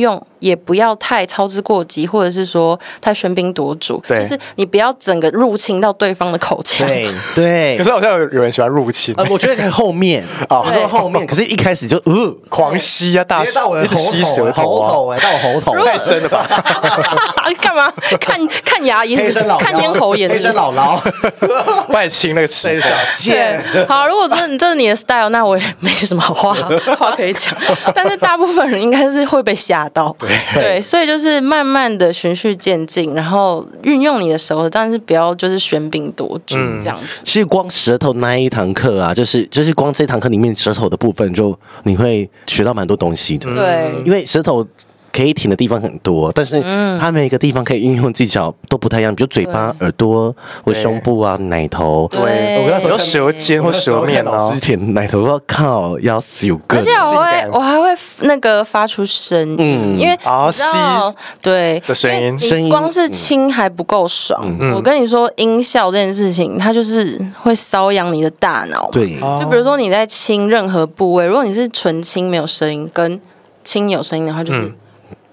也不要太操之过急，或者是说太喧宾夺主， 对就是你不要整个入侵到对方的口腔。 对可是好像有人喜欢入侵， 我觉得可以后面我说后面，可是一开始就狂吸啊，大直接到我的一直吸舌头喉头到我喉头， 太深了吧？ 干嘛？看牙龈，看咽喉炎， 黑山姥姥， 外亲那个齿缝。 对，好，如果这是你的 style， 那我也没什么话可以讲。但是大部分人应该是会被吓到，对，所以就是慢慢的循序渐进，然后运用你的舌头，但是不要就是喧宾夺主这样子。 其实光舌头那一堂课啊，就是光这堂课里面舌头的部分，就你会学到蛮多东西的。 对， 因为舌头可以挺的地方很多，但是它每一个地方可以运用技巧都不太一样，比如嘴巴、耳朵或胸部啊、奶头。 对， 我跟他说有舌尖或舌面老师舔奶头，我靠，要死有个。 而且我还会那个发出声音，因为你知道对的声音， 你光是亲还不够爽。我跟你说，音效这件事情，它就是会瘙痒你的大脑。 对， 就比如说你在亲任何部位，如果你是纯亲没有声音，跟亲有声音的话，就是。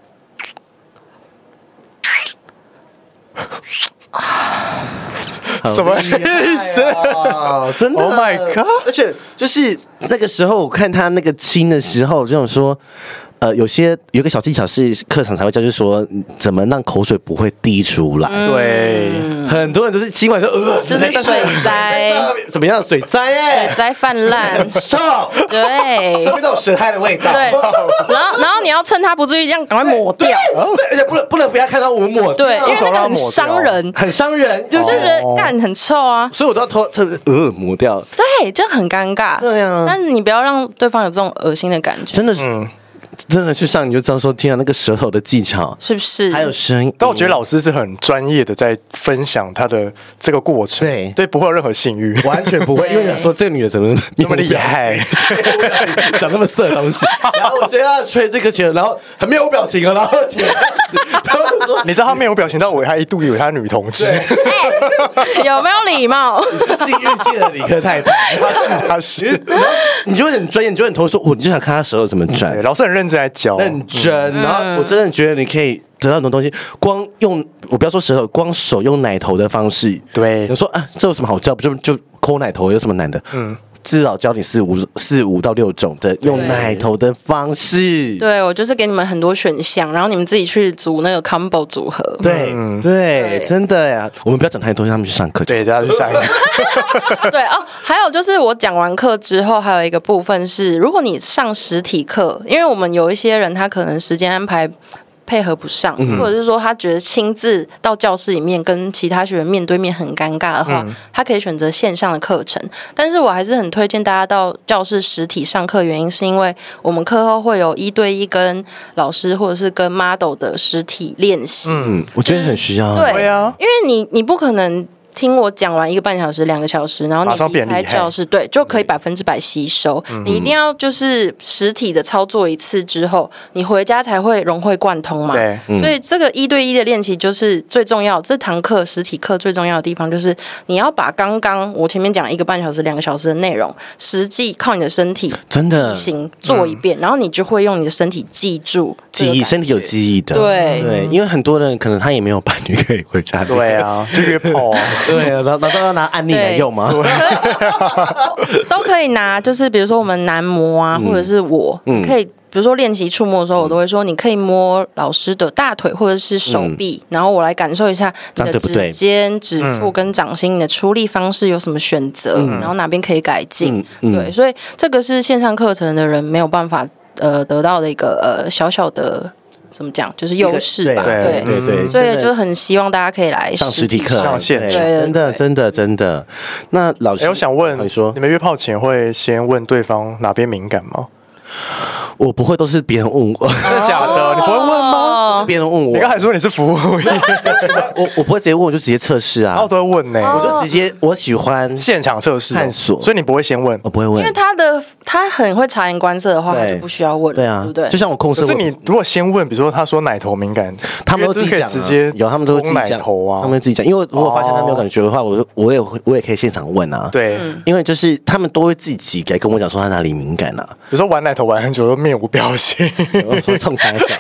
什么意思？ 真的 ？Oh my god！ 而且就是那个时候，我看他那个亲的时候，这种说。有一个小技巧是课场才会教，就是说怎么让口水不会滴出来。 对， 很多人都是亲完就就是水灾， 怎么样？水灾水灾泛滥， 臭， 对， 这边都有舌苔的味道。 对，然后你要趁它不注意，这样赶快抹掉。 对，而且不能不要看到我抹掉， 对，因为那个很伤人， 很伤人， 就觉得干很臭啊， 所以我都要抹掉。 对，这很尴尬。 对啊， 但是你不要让对方有这种恶心的感觉， 真的是。真的去上你就知道说，天啊，那个舌头的技巧是不是？ 还有声音， 但我觉得老师是很专业的，在分享他的这个过程，对，不会有任何性欲， 完全不会，因为你说这个女的怎么那么厉害， 讲那么色的东西，然后我现在要吹这个球，然后很没有表情哦，然后说， 你知道他面无表情到我还一度以为他女同志， 有没有礼貌？ 你是性欲界的理科太太， 他是， 你就很专业，你就很投入说，你就想看他舌头怎么转， 老师很认真来教， 认真，然后我真的觉得你可以得到很多东西，光用我不要说舌头，光手用奶头的方式， 对， 你说啊，这有什么好教？不就抠奶头有什么难的？至少教你四五到6种的用奶头的方式。 对，我就是给你们很多选项，然后你们自己去组那个 combo 组合。 对，真的呀。我们不要讲太多，让他们去上课。 对，大家去上课。 对哦，还有就是我讲完课之后，还有一个部分是，如果你上实体课，因为我们有一些人他可能时间安排配合不上，或者是说他觉得亲自到教室里面跟其他学员面对面很尴尬的话，他可以选择线上的课程。但是我还是很推荐大家到教室实体上课，原因是因为我们课后会有1对1跟老师或者是跟 model 的实体练习。 我觉得很需要。 对啊，因为你不可能听我讲完1个半小时、2个小时，然后你离开教室，对，就可以100%吸收。你一定要就是实体的操作一次之后，你回家才会融会贯通嘛。 对， 所以这个1对1的练习就是最重要。这堂课实体课最重要的地方就是你要把刚刚我前面讲1个半小时、2个小时的内容，实际靠你的身体真的行做一遍，然后你就会用你的身体记住。 身体有记忆的， 对， 因为很多人可能他也没有伴侣可以回家， 对啊，就约炮啊， 对啊，然后要拿案例来用吗？ 都可以拿，就是比如说我们男模啊，或者是我可以。比如说练习触摸的时候，我都会说，你可以摸老师的大腿或者是手臂，然后我来感受一下你的指尖、指腹跟掌心，你的出力方式有什么选择，然后哪边可以改进。对，所以这个是线上课程的人没有办法得到的一个小小的。怎么讲？就是优势吧，对，所以就很希望大家可以来上实体课、 上线， 真的。那老师， 我想问，你们约炮前会先问对方哪边敏感吗？ 我不会，都是别人问我。 真的假的？你不会问吗？ 是别人问我。 你刚才说你是服务业， 我不会直接问，我就直接测试啊。 然后都会问呢， 我就直接我喜欢现场测试探索， 所以你不会先问， 我不会问， 因为他很会察言观色的话，他就不需要问， 对啊， 对不对？ 就像我控制， 可是你如果先问，比如说他说奶头敏感， 他们都自己讲， 直接有他们都自己讲奶头啊， 他们自己讲，因为如果发现他没有感觉的话，我也可以现场问啊， 对， 因为就是他们都会自己来跟我讲说他哪里敏感啊， 比如说玩奶头玩很久都面无表情。 我说冲三小，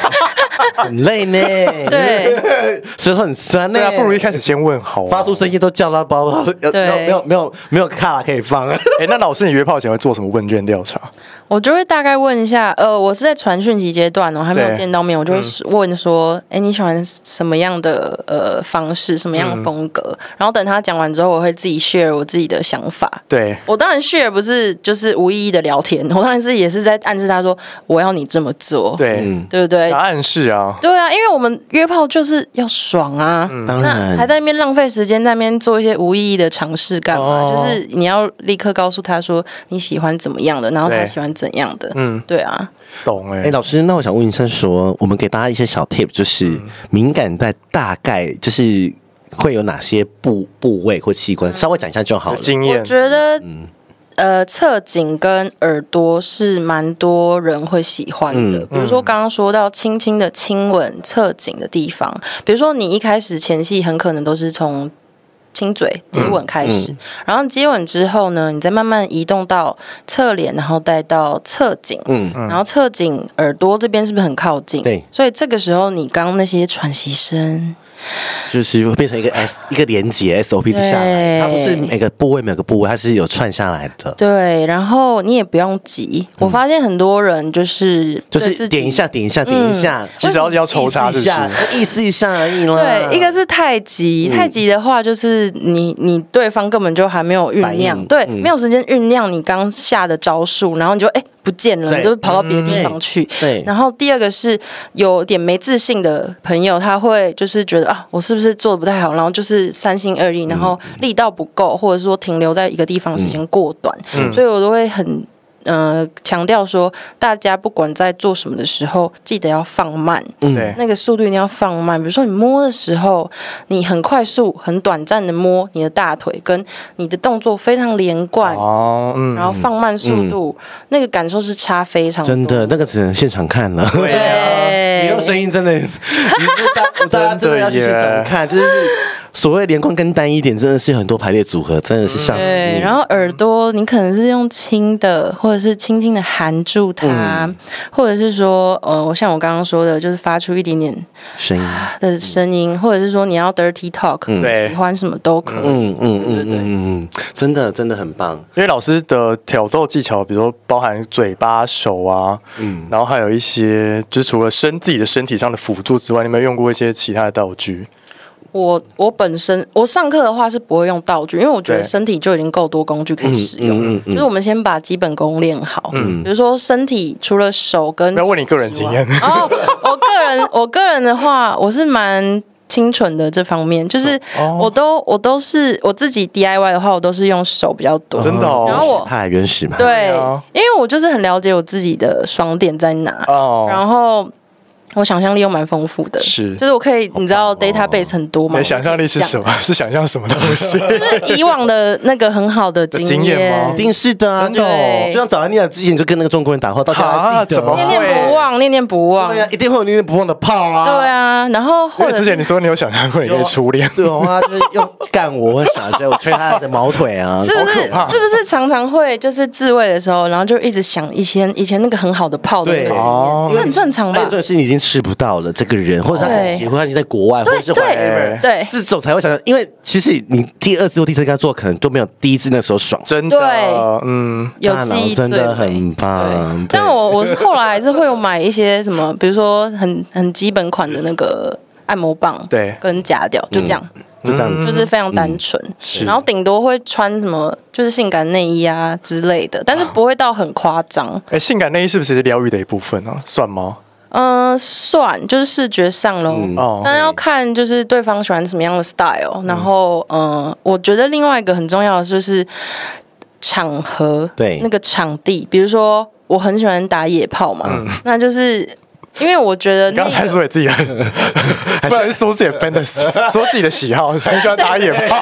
很累呢， 对， 舌头很酸呢。 对啊，不如一开始先问好， 发出声音都叫到包包，没有卡拉可以放。 那老师，你约炮前会做什么问卷调查？ 我就会大概问一下，我是在传讯息阶段还没有见到面，我就会问说，你喜欢什么样的方式，什么样的风格？然后等他讲完之后，我会自己 share 我自己的想法。 对， 我当然 share 不是就是无意义的聊天，我当然是也是在暗示他说，我要你这么做， 对， 对不对？ 暗示啊， 对啊，因为我们约炮就是要爽啊， 当然那还在那边浪费时间，在那边做一些无意义的尝试干嘛？就是你要立刻告诉他说你喜欢怎么样的，然后他喜欢怎样的，对啊， 懂老师，那我想问一下说，我们给大家一些小 tip， 就是敏感带大概就是会有哪些部位或器官，稍微讲一下就好了。 经验， 我觉得。侧颈跟耳朵是蛮多人会喜欢的，比如说刚刚说到轻轻的亲吻侧颈的地方，比如说你一开始前戏很可能都是从亲嘴接吻开始，然后接吻之后呢，你再慢慢移动到侧脸，然后带到侧颈，然后侧颈耳朵这边是不是很靠近？ 对， 所以这个时候你刚刚那些喘息声。 就是会变成一个连结 SOP 的下来，它不是每个部位，它是有串下来的。 对，然后你也不用急。我发现很多人就是点一下， 其实要抽插，是不是？ 意思一下而已啦。 对，一个是太急，太急的话就是你对方根本就还没有酝酿，对，没有时间酝酿你刚下的招数，然后你就不见了，你就跑到别的地方去。 对。 然后第二个是有点没自信的朋友，他会就是觉得我是不是做的不太好，然后就是三心二意，然后力道不够，或者说停留在一个地方时间过短，所以我都会很强调说，大家不管在做什么的时候，记得要放慢，那个速度一定要放慢。比如说你摸的时候，你很快速、很短暂的摸你的大腿，跟你的动作非常连贯，然后放慢速度，那个感受是差非常多。 真的，那个只能现场看了。 对， 你用声音真的，大家真的要去现场看，就是。所谓连贯跟单一点，真的是很多排列组合，真的是吓死你。 然后耳朵，你可能是用轻的，或者是轻轻的含住它，或者是说，像我刚刚说的，就是发出一点点声音，或者是说你要 dirty talk，喜欢什么都可以。 真的很棒。 因为老师的挑逗技巧，比如说包含嘴巴、手啊，然后还有一些，就是除了自己的身体上的辅助之外，你有没有用过一些其他的道具？ 我本身上课的话是不会用道具，因为我觉得身体就已经够多工具可以使用。就是我们先把基本功练好。比如说身体除了手跟， 不要问你个人经验。 我个人的话，我是蛮清纯的这方面，就是我都是我自己 DIY 的话，我都是用手比较多。 真的然后我太原始嘛。 对，因为我就是很了解我自己的爽点在哪。然后。我想象力又蛮丰富的，就是我可以，你知道 database 很多嘛？ 你想象力是什么？是想象什么东西？ 就是以往的那个很好的经验吗？ 一定是的啊！就像早安妮亚之前就跟那个中国人打炮，到现在还记得， 念念不忘。 对啊，一定会有念念不忘的炮啊！ 对啊，然后或者之前你说你有想象过你可以初恋， 对啊，就是用干我想着我吹他的毛腿啊， 是不是常常会就是自慰的时候，然后就一直想以前那个很好的炮的那个经验，这很正常吧？ 这是你已经吃不到了。这个人，或者他可能结婚，他已经在国外，或者是对， 这种才会想到，因为其实你第二次或第三次跟他做，可能都没有第一次那时候爽。 真的， 有记忆真的很棒。 但我是后来还是会有买一些什么，比如说很基本款的那个按摩棒， 对， 跟夹屌，就这样。 就这样子， 就是非常单纯，然后顶多会穿什么就是性感内衣啊之类的，但是不会到很夸张。 性感内衣是不是疗愈的一部分啊？算吗？ 算，就是视觉上咯。但要看就是对方喜欢什么样的 style，然后我觉得另外一个很重要的就是场合， 对， 那个场地，比如说我很喜欢打野炮嘛，那就是因为我觉得刚才说你自己很，不然说自己的 fantasy， 说自己的喜好，很喜欢打野炮。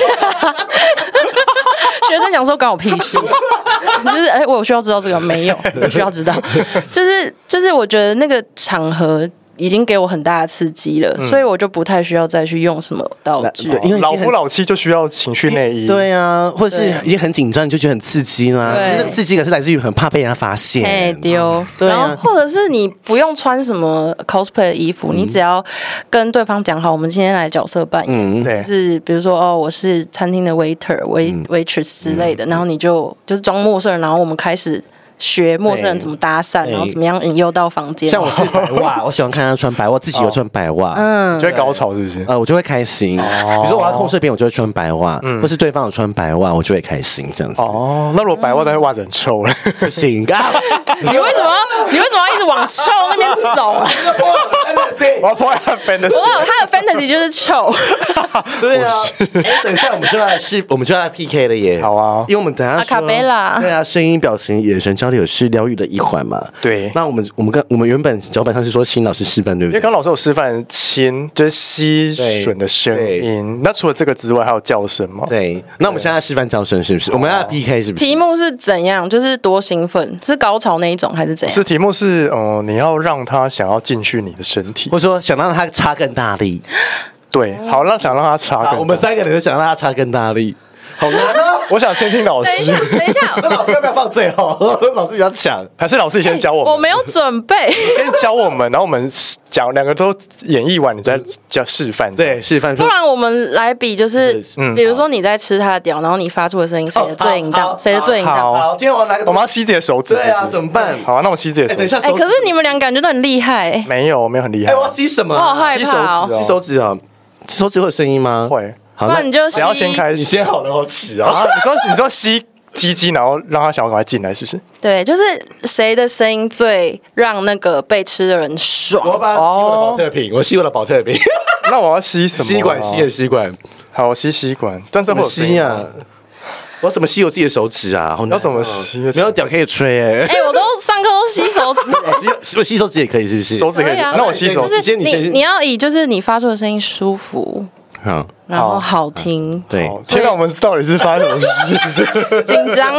学生讲说关我屁事，就是我需要知道这个没有，我需要知道，就是我觉得那个场合已经给我很大的刺激了，所以我就不太需要再去用什么道具。 对，因为老夫老妻就需要情绪内衣。 对啊，或者是已经很紧张，你就觉得很刺激啦。 对就是那个刺激感是来自于很怕被人家发现。 哎丢， 对啊然后或者是你不用穿什么 cosplay 的衣服，你只要跟对方讲好，我们今天来角色扮演， 对就是比如说我是餐厅的 waitress 之类的，然后你就是装陌生人，然后我们开始学陌生人怎么搭讪，然后怎么样引诱到房间。 像我是白袜，我喜欢看他穿白袜，自己有穿白袜， 就会高潮是不是？ 我就会开心。比如说我要控射边，我就会穿白袜，或是对方有穿白袜，我就会开心这样子。 哦，那如果白袜但是袜子很臭嘞？ 不行啊！ 你为什么要一直往臭那边走啊？ 我要破坏他的 fantasy。 他的 fantasy 就是臭。 对啊，等一下我们就要来 PK 了耶！ 好啊， 因为我们等一下阿卡贝拉对啊，声音、表情、眼神交流是疗愈的一环嘛。 对那我们原本脚本上是说新老师示范，对不对？ 因为刚老师有示范亲，就是吸吮的声音。那除了这个之外，还有叫声吗？ 对。那我们现在示范叫声是不是？我们要 PK 是不是？ 题目是怎样？就是多兴奋？是高潮那一种还是怎样？ 是题目是你要让他想要进去你的身体， 或者说想让他插更大力。 对，好，想让他插更大力。 我们3个人都想让他插更大力。好难啊！ 我想先听老师。 等一下， 那老师要不要放最后？老师比较强， 还是老师先教我们？ 我没有准备， 先教我们，然后我们讲两个都演绎完，你再教示范。 对，示范。 不然我们来比，就是比如说你在吃他的屌，然后你发出的声音谁的最淫荡？谁的最淫荡？ 好，今天我来个， 我们要吸自己的手指。 对啊，怎么办？ 好啊，那我吸自己的手指。 等一下， 可是你们俩感觉都很厉害。 没有很厉害。 我要吸什么？ 我好害怕吸手指啊！手指会有声音吗？ 会。 好，那你就谁要先开始？ 你先好了，好耻啊！ 你说吸鸡鸡，然后让他想要赶快进来，是不是？ 对，就是谁的声音最让那个被吃的人爽？ 我把吸我的保特瓶，我吸我的保特瓶。 那我要吸什么？ 吸管，吸管。 好，我吸吸管，但这会有吸啊！我怎么吸我自己的手指啊？ 要怎么吸？ 没有屌可以吹哎！ 我都上课都吸手指， 是不是吸手指也可以？是不是？ 手指可以啊。那我吸手指，就是你要以就是你发出的声音舒服。然后好听， 对， 听到我们到底是发生什么事？ 紧张，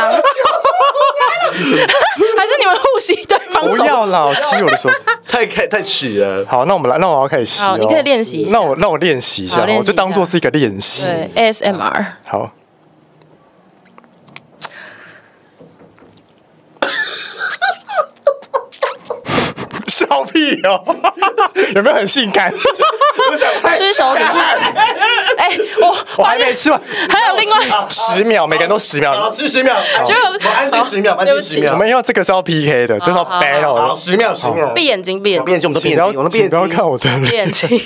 还是你们互吸对方手指？ 不要啦，吸我的手指， 太耻了。 好，那我要开始吸。 好，你可以练习一下。 那我练习一下，我就当做是一个练习。 对 ，ASMR。 好。笑屁哦！有没有很性感？ 吃手指是， 我还没吃完， 还有另外 10秒，每个人都10秒， 好，吃10秒，我安静10秒，安静10秒。 我们要这个是要 PK 的，这是要 battle 的。 好，10秒， 闭眼睛， 我们都闭眼睛，我们闭眼睛， 不要看我的闭眼睛。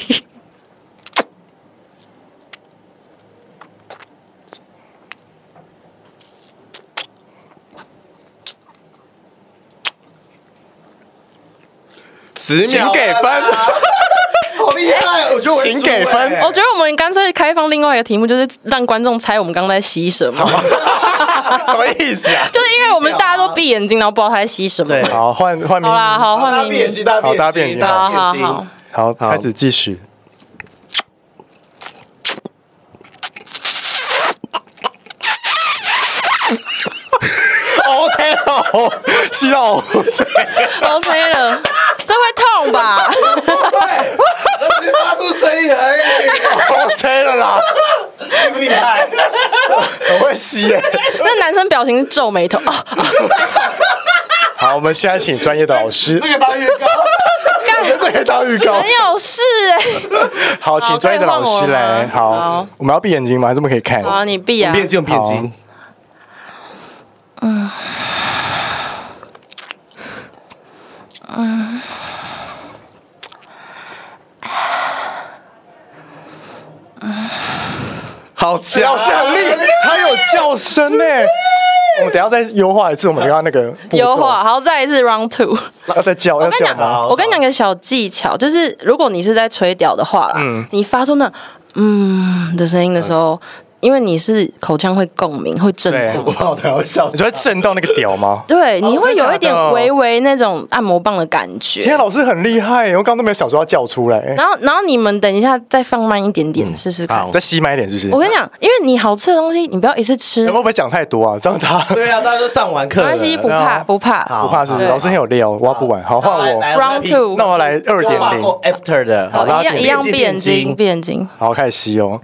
10秒， 请给分， 好厉害！我觉得我请给分。 我觉得我们干脆开放另外一个题目，就是让观众猜我们刚刚在吸什么。 什么意思啊？ 就是因为我们大家都闭眼睛，然后不知道他在吸什么。 好，换好啦，好换闭眼睛， 大家闭眼睛， 好， 开始计时。OK 了，吸到 OK 了，这会痛吧？ 只发出声音而已。 OK 了啦， 厉不厉害？ 很会吸耶。 那男生表情是皱眉头。 好，我们现在请专业的老师。 这个当预告， 我觉得这可以当预告。 很有事好，请专业的老师来。好，我们要闭眼睛吗？这么可以看？ 好，你闭啊。 闭眼睛，闭眼睛。 好强！ 老师很厉害，他有叫声呢。我们等一下再优化一次，我们刚刚那个优化。好，再一次 round 2。 要再叫， 我跟你讲，我跟你讲个小技巧，就是如果你是在吹屌的话啦，你发出那的声音的时候， 因为你是口腔会共鸣，会震动。 我怕我笑， 你就会震到那个屌吗？ 对，你会有一点真的假的微微那种按摩棒的感觉。 天啊，老师很厉害耶，我刚刚都没有想说要叫出来。 然后你们等一下再放慢一点点，试试看。 再吸慢一点，是不是？ 我跟你讲，因为你好吃的东西，你不要一次吃。 会不会讲太多啊？这样他对啊，大家都上完课了， 没关系，不怕不怕。 不怕是不是？ 对老师很有料，挖不完。好，换我。 Round two 那我来2.0。 After 的， 好，一样闭眼睛，闭眼睛。 好，开始吸哦。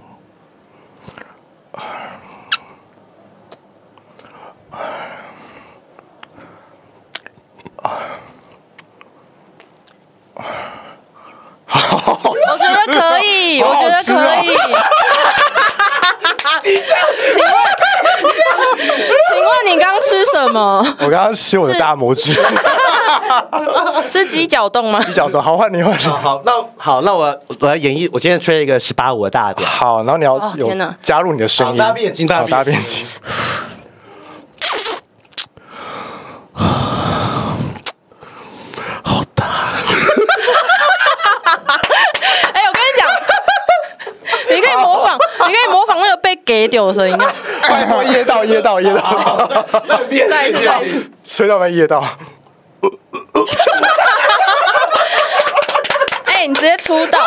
我觉得可以，我觉得可以。请问你刚吃什么？ 我刚刚吃我的大拇指。 是鸡脚冻吗？ 鸡脚冻。好，换你换你。 那我要演绎，我今天吹了一个18.5的大点。 好，然后你要有天哪加入你的声音。 大闭眼睛， 大闭眼睛。 好大。 哎，我跟你讲，你可以模仿那个被给丢的声音啊。 拜托，噎到。 再一次， 吹到没噎到？ 哎，你直接出道。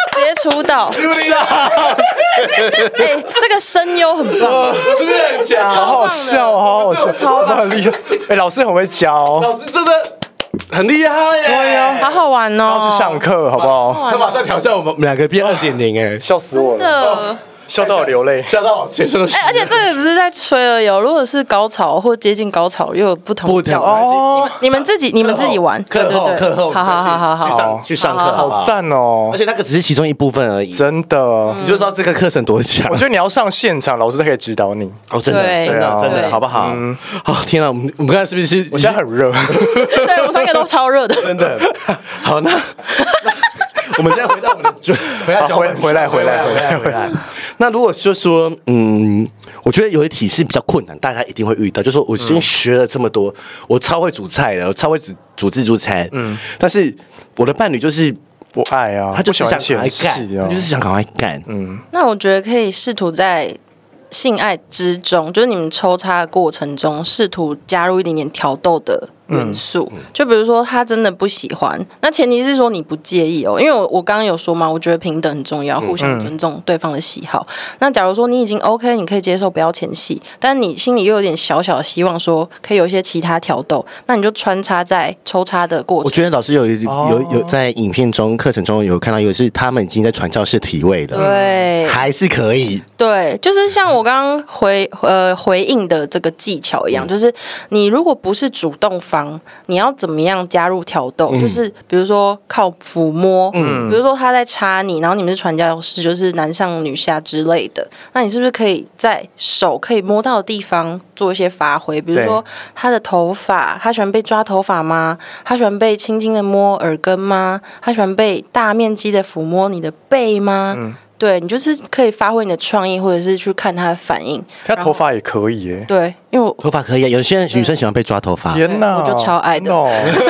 哎，这个声优很棒， 好好笑， 超棒很厉害。哎，老师很会教， 老师真的很厉害耶！ 对呀， 好好玩哦。 要去上课好不好？ 他马上挑战我们2个变2.0哎， 笑死我了， 的。 笑到我流泪。 笑到我全身都是。 而且这个只是在吹而已。如果是高潮或接近高潮，又有不同的角度。 哦， 你们自己玩。 课后， 好， 去上课， 好赞哦！ 而且那个只是其中一部分而已， 真的， 你就知道这个课程多强。 我觉得你要上现场，老师才可以指导你。 哦，真的，好不好？好，天啊，我们刚才是不是？ 我现在很热。 对，我们3个都超热的， 真的。好，那我们现在回到我们的回来。那如果说，我觉得有一题是比较困难，大家一定会遇到，就是说我已经学了这么多，我超会煮菜的，我超会煮自助餐，但是我的伴侣就是不爱啊， 他就是想赶快前干，他就是想赶快干， 那我觉得可以试图在性爱之中，就是你们抽插的过程中，试图加入一点点挑逗的元素，就比如说他真的不喜欢，那前提是说你不介意哦，因为我刚刚有说嘛，我觉得平等很重要，互相尊重对方的喜好。那假如说你已经 OK， 你可以接受不要前戏，但你心里又有点小小的希望说可以有一些其他挑逗，那你就穿插在抽插的过程。 我觉得老师有在影片中课程中有看到，有是他们已经在传教士体位了， 对， 还是可以， 对，就是像我刚刚回应的这个技巧一样，就是你如果不是主动方，你要怎么样加入挑逗？就是比如说靠抚摸，比如说他在插你，然后你们是传教士，就是男上女下之类的，那你是不是可以在手可以摸到的地方做一些发挥？比如说他的头发，他喜欢被抓头发吗？他喜欢被轻轻的摸耳根吗？他喜欢被大面积的抚摸你的背吗？对，你就是可以发挥你的创意，或者是去看他的反应。 他头发也可以耶。 对，因为我头发可以啊，有些女生喜欢被抓头发。 天哪， 我就超爱的。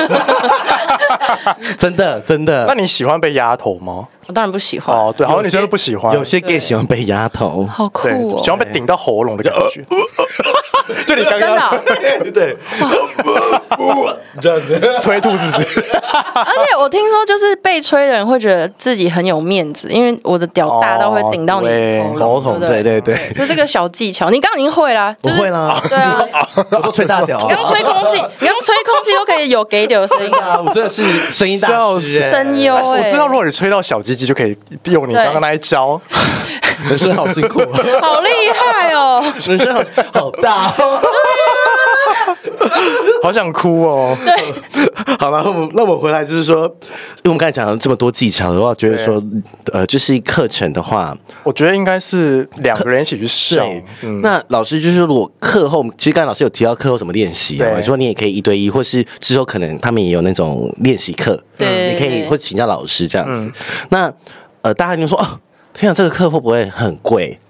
真的。 那你喜欢被压头吗？ 我当然不喜欢。 哦，对，好多女生都不喜欢。 有些 gay 喜欢被压头， 好酷哦， 喜欢被顶到喉咙的感觉。就你刚刚对，这样子催吐是不是？ 而且我听说，就是被吹的人会觉得自己很有面子，因为我的屌大到会顶到你喉咙，对， 就这个小技巧。你刚刚已经会啦， 我会啦， 对啊， 我都吹大屌， 你刚吹空气都可以有给屌的声音啊！我真的是声音大师， 声优我知道，如果你吹到小鸡鸡，就可以用你刚刚那一招。 人生好辛苦， 好厉害哦！ 人生好大， 好想哭哦。 对， 好了，那我回来就是说，因为我们刚才讲了这么多技巧的话，觉得说，就是课程的话， 我觉得应该是2个人一起去上。 那老师就是如果课后，其实刚才老师有提到课后怎么练习啊，说你也可以1对1，或是之后可能他们也有那种练习课， 对， 你可以或请教老师这样子。那大家就说哦。天啊，这个课会不会很贵？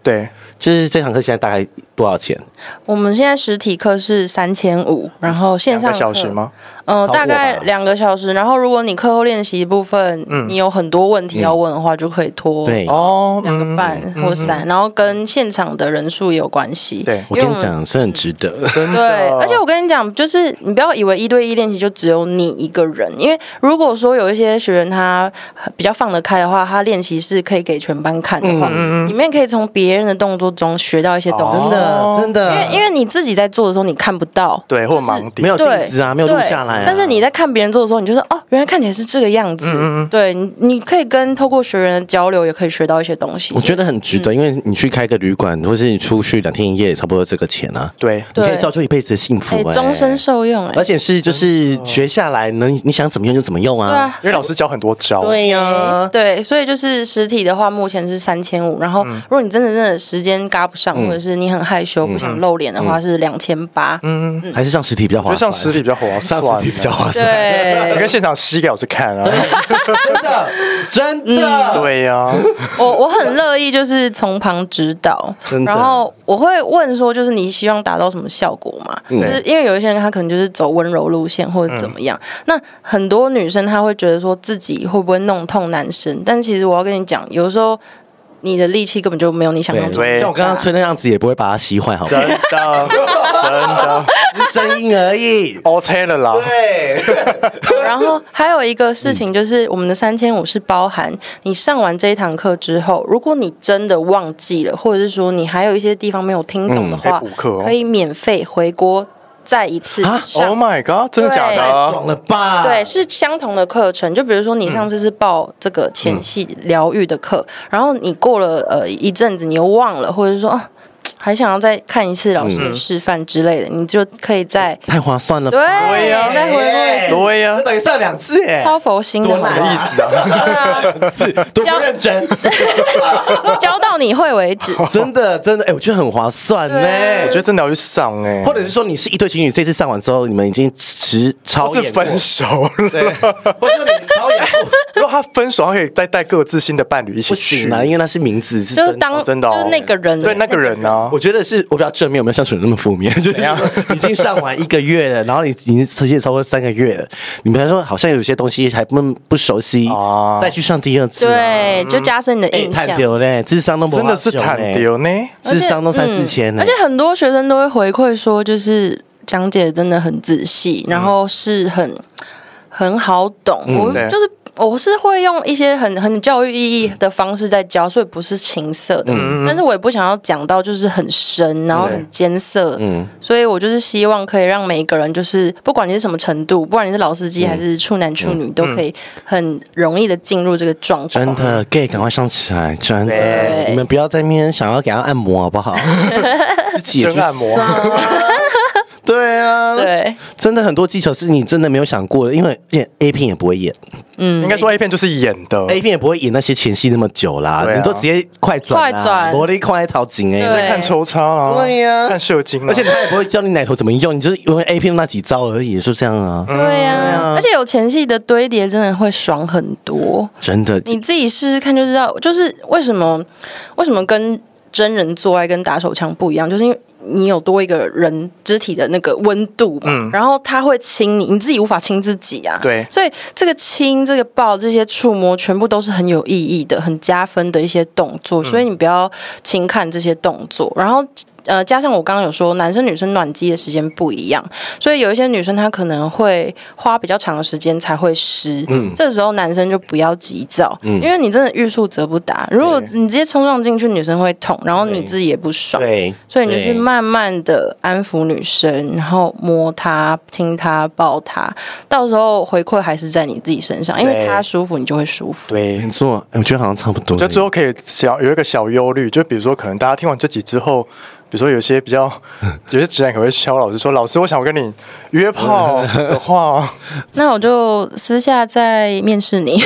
对， 就是这堂课现在大概多少钱？ 我们现在实体课是3500，然后线上 2个小时吗？ 大概2个小时。然后如果你课后练习部分，你有很多问题要问的话，就可以拖对 2个半或3，然后跟现场的人数也有关系。 对， 我跟你讲是很值得， 对，而且我跟你讲，就是你不要以为1对1练习就只有你一个人，因为如果说有一些学员他比较放得开的话，他练习是可以给全班看的话，里面可以从别人的动作中学到一些东西。 真的， 因为你自己在做的时候你看不到， 对，或盲点没有镜子啊，没有录下来啊。 但是你在看别人做的时候，你就说哦，原来看起来是这个样子。对，你可以透过学员的交流，也可以学到一些东西。 我觉得很值得，因为你去开个旅馆，或是你出去2天1夜，差不多这个钱啊。 对， 你可以造就一辈子的幸福， 终身受用而且是就是学下来呢，你想怎么用就怎么用啊。 对啊， 因为老师教很多招。 对呀， 对，所以就是实体的话，目前是3500，然后如果你真的时间赶不上，或者是你很害羞不想露脸的话，是2800。 还是上实体比较划算。 上实体比较划算， 上实体比较划算。 对， 你跟现场吸给老师看啊。 真的， 对呀。 我很乐意就是从旁指导，然后我会问说，就是你希望达到什么效果嘛？就是因为有一些人他可能就是走温柔路线或者怎么样，那很多女生她会觉得说自己会不会弄痛男生，但其实我要跟你讲，有的时候你的力气根本就没有你想象中的。 像我刚刚吹那样子，也不会把它吸坏，好吗？ 真的，真的， 是声音而已。 OK 了啦。 对。 然后还有一个事情就是，我们的3500是包含你上完这一堂课之后，如果你真的忘记了，或者是说你还有一些地方没有听懂的话，可以免费回国再一次上。 Oh my god， 真的假的？ 爽了吧？ 对，是相同的课程。就比如说你上次是报这个前戏疗愈的课，然后你过了一阵子你又忘了，或者是说还想要再看一次老师的示范之类的，你就可以再太划算了吧。 对呀， 再回过一次。 对呀， 等于上2次耶， 超佛心的嘛。 什么意思啊 ？2次多不认真， 教到你会为止。 真的，我觉得很划算呢。 我觉得真的要去上哎， 或者是说你是一对情侣，这次上完之后，你们已经超是分手了， 对，或者说你们超演过。 如果他分手，他可以再带各自新的伴侣一起去。 不行啊，因为那是名字， 就是当真的， 就是那个人， 对那个人啊。 我觉得是我比较正面，我没有像水那么负面，就是已经上完1个月了，然后你已经实习超过3个月了，你们说好像有些东西还不熟悉，再去上第2次， 对，就加深你的印象。 坦丢嘞，智商都真的是坦丢呢， 智商都3-4千呢。 而且很多学生都会回馈说，就是讲解真的很仔细，然后是很好懂。我是会用一些很教育意义的方式在教，所以不是情色的，但是我也不想要讲到就是很深，然后很艰涩，所以我就是希望可以让每一个人，就是不管你是什么程度，不管你是老司机还是处男处女，都可以很容易的进入这个状况。 真的 ，gay 赶快上起来，真的，你们不要在那边想要给他按摩好不好？自己也去按摩。 对啊， 对， 真的很多技巧是你真的没有想过的，因为 A 片也不会演， 应该说 A 片就是演的 ，A 片也不会演那些前戏那么久啦，你都直接快转，萝莉快逃紧看抽插啊， 对呀， 看射精， 而且他也不会教你奶头怎么用，你就是因为 A 片那几招而已，是这样啊， 对呀，而且有前戏的堆叠，真的会爽很多， 真的， 你自己试试看就知道，就是为什么跟真人做爱跟打手枪不一样，就是因为你有多一个人肢体的那个温度嘛，然后他会亲你，你自己无法亲自己啊， 对， 所以这个亲、这个抱、这些触摸，全部都是很有意义的、很加分的一些动作，所以你不要轻看这些动作，然后。加上我刚刚有说，男生女生暖机的时间不一样，所以有一些女生她可能会花比较长的时间才会湿，这时候男生就不要急躁，因为你真的欲速则不达。如果你直接冲上进去，女生会痛，然后你自己也不爽， 对， 所以你就是慢慢的安抚女生，然后摸她、亲她、抱她，到时候回馈还是在你自己身上，因为她舒服，你就会舒服。 对，没错，我觉得好像差不多。 就最后可以有一个小忧虑，就比如说可能大家听完这集之后。比如说有些直男可能会敲老师说：“老师，我想跟你约炮的话， 那我就私下再面试你。”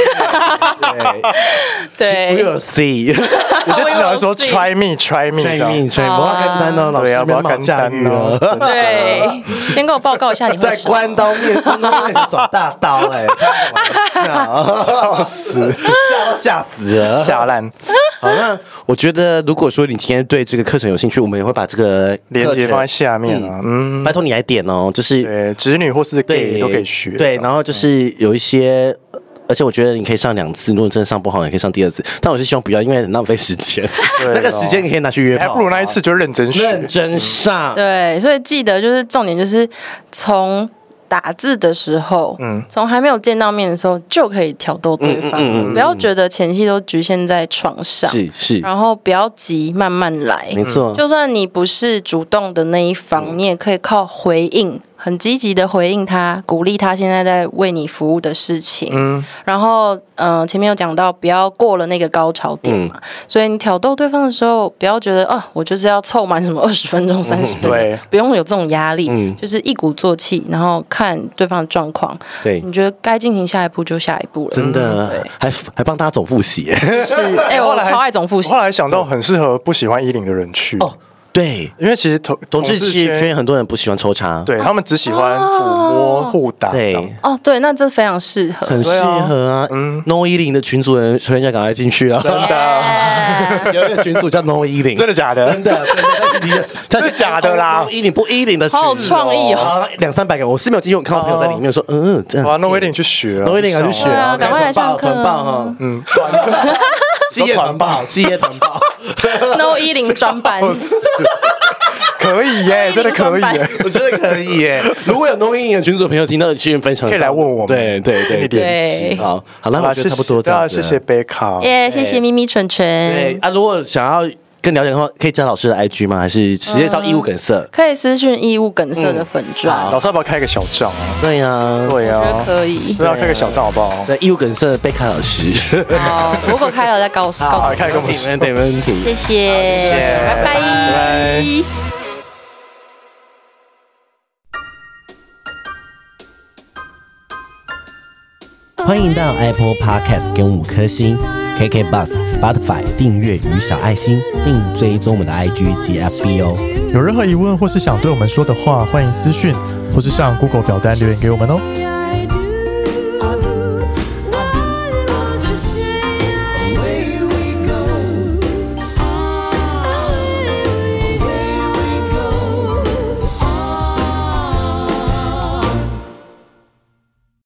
对 ，We will see。 有些直男说 ：“Try me， try me， 不要干单哦，老师， 不要干单哦。” 对，先跟我报告一下你会在关刀面耍大刀哎，笑死，吓死了， 吓烂。 好，那我觉得如果说你今天对这个课程有兴趣，我们也会把这个链接放在下面啊。 拜托你来点哦，就是对直女或是 gay 都可以学。 对，然后就是有一些。而且我觉得你可以上2次，如果真的上不好，你可以上第2次。但我是希望不要，因为很浪费时间。那个时间你可以拿去约炮， 还不如那一次就认真学、 认真上。 对，所以记得就是重点就是从打字的时候，从还没有见到面的时候就可以挑逗对方，不要觉得前戏都局限在床上， 是， 然后不要急，慢慢来， 没错。 就算你不是主动的那一方，你也可以靠回应。很积极的回应他，鼓励他现在在为你服务的事情。然后前面有讲到不要过了那个高潮点嘛，所以你挑逗对方的时候，不要觉得我就是要凑满什么20分钟、30分钟，不用有这种压力，就是一鼓作气，然后看对方的状况。对，你觉得该进行下一步就下一步了。 真的，还帮大家总复习。 是，我超爱总复习。 后来想到很适合不喜欢10的人去。 对， 因为其实同志圈很多人不喜欢抽插， 对他们只喜欢抚摸、互打。 对， 对，那这非常适合， 很适合啊。No 10的群组人，所以赶快进去了。 真的， 有一个群组叫 No 10， 真的假的？ 真的， 这是假的啦。 10不10的群， 好有创意哦 ，200-300个，我是没有进去，我看到朋友在里面说，这样。 哇 ，No 10去学了 ，No 10赶快去学啊，赶快来上课， 很棒哈。企业团报，No 10专班。 可以耶，真的可以耶， 我觉得可以耶。如果有No 10的群组朋友听到新闻分享， 可以来问我们。 对，好，那我觉得差不多这样子。 谢谢贝卡， 谢谢咪咪蠢蠢。 对啊，如果想要更了解的话，可以加老师的 IG 吗？还是直接到义务梗塞？ 可以私讯义务梗塞的粉专。 老师要不要开个小账啊？ 对呀， 我觉得可以。 对啊，开个小账好不好？ 对，义务梗塞的贝卡老师。 好，如果开了再告诉我。 开个没问题。 谢谢，拜拜。 欢迎到 Apple Podcast 给我们5颗星 ，KKBox、Spotify 订阅与小爱心，并追踪我们的 IG 及 FB 哦。 有任何疑问或是想对我们说的话，欢迎私讯或是上 Google 表单留言给我们哦。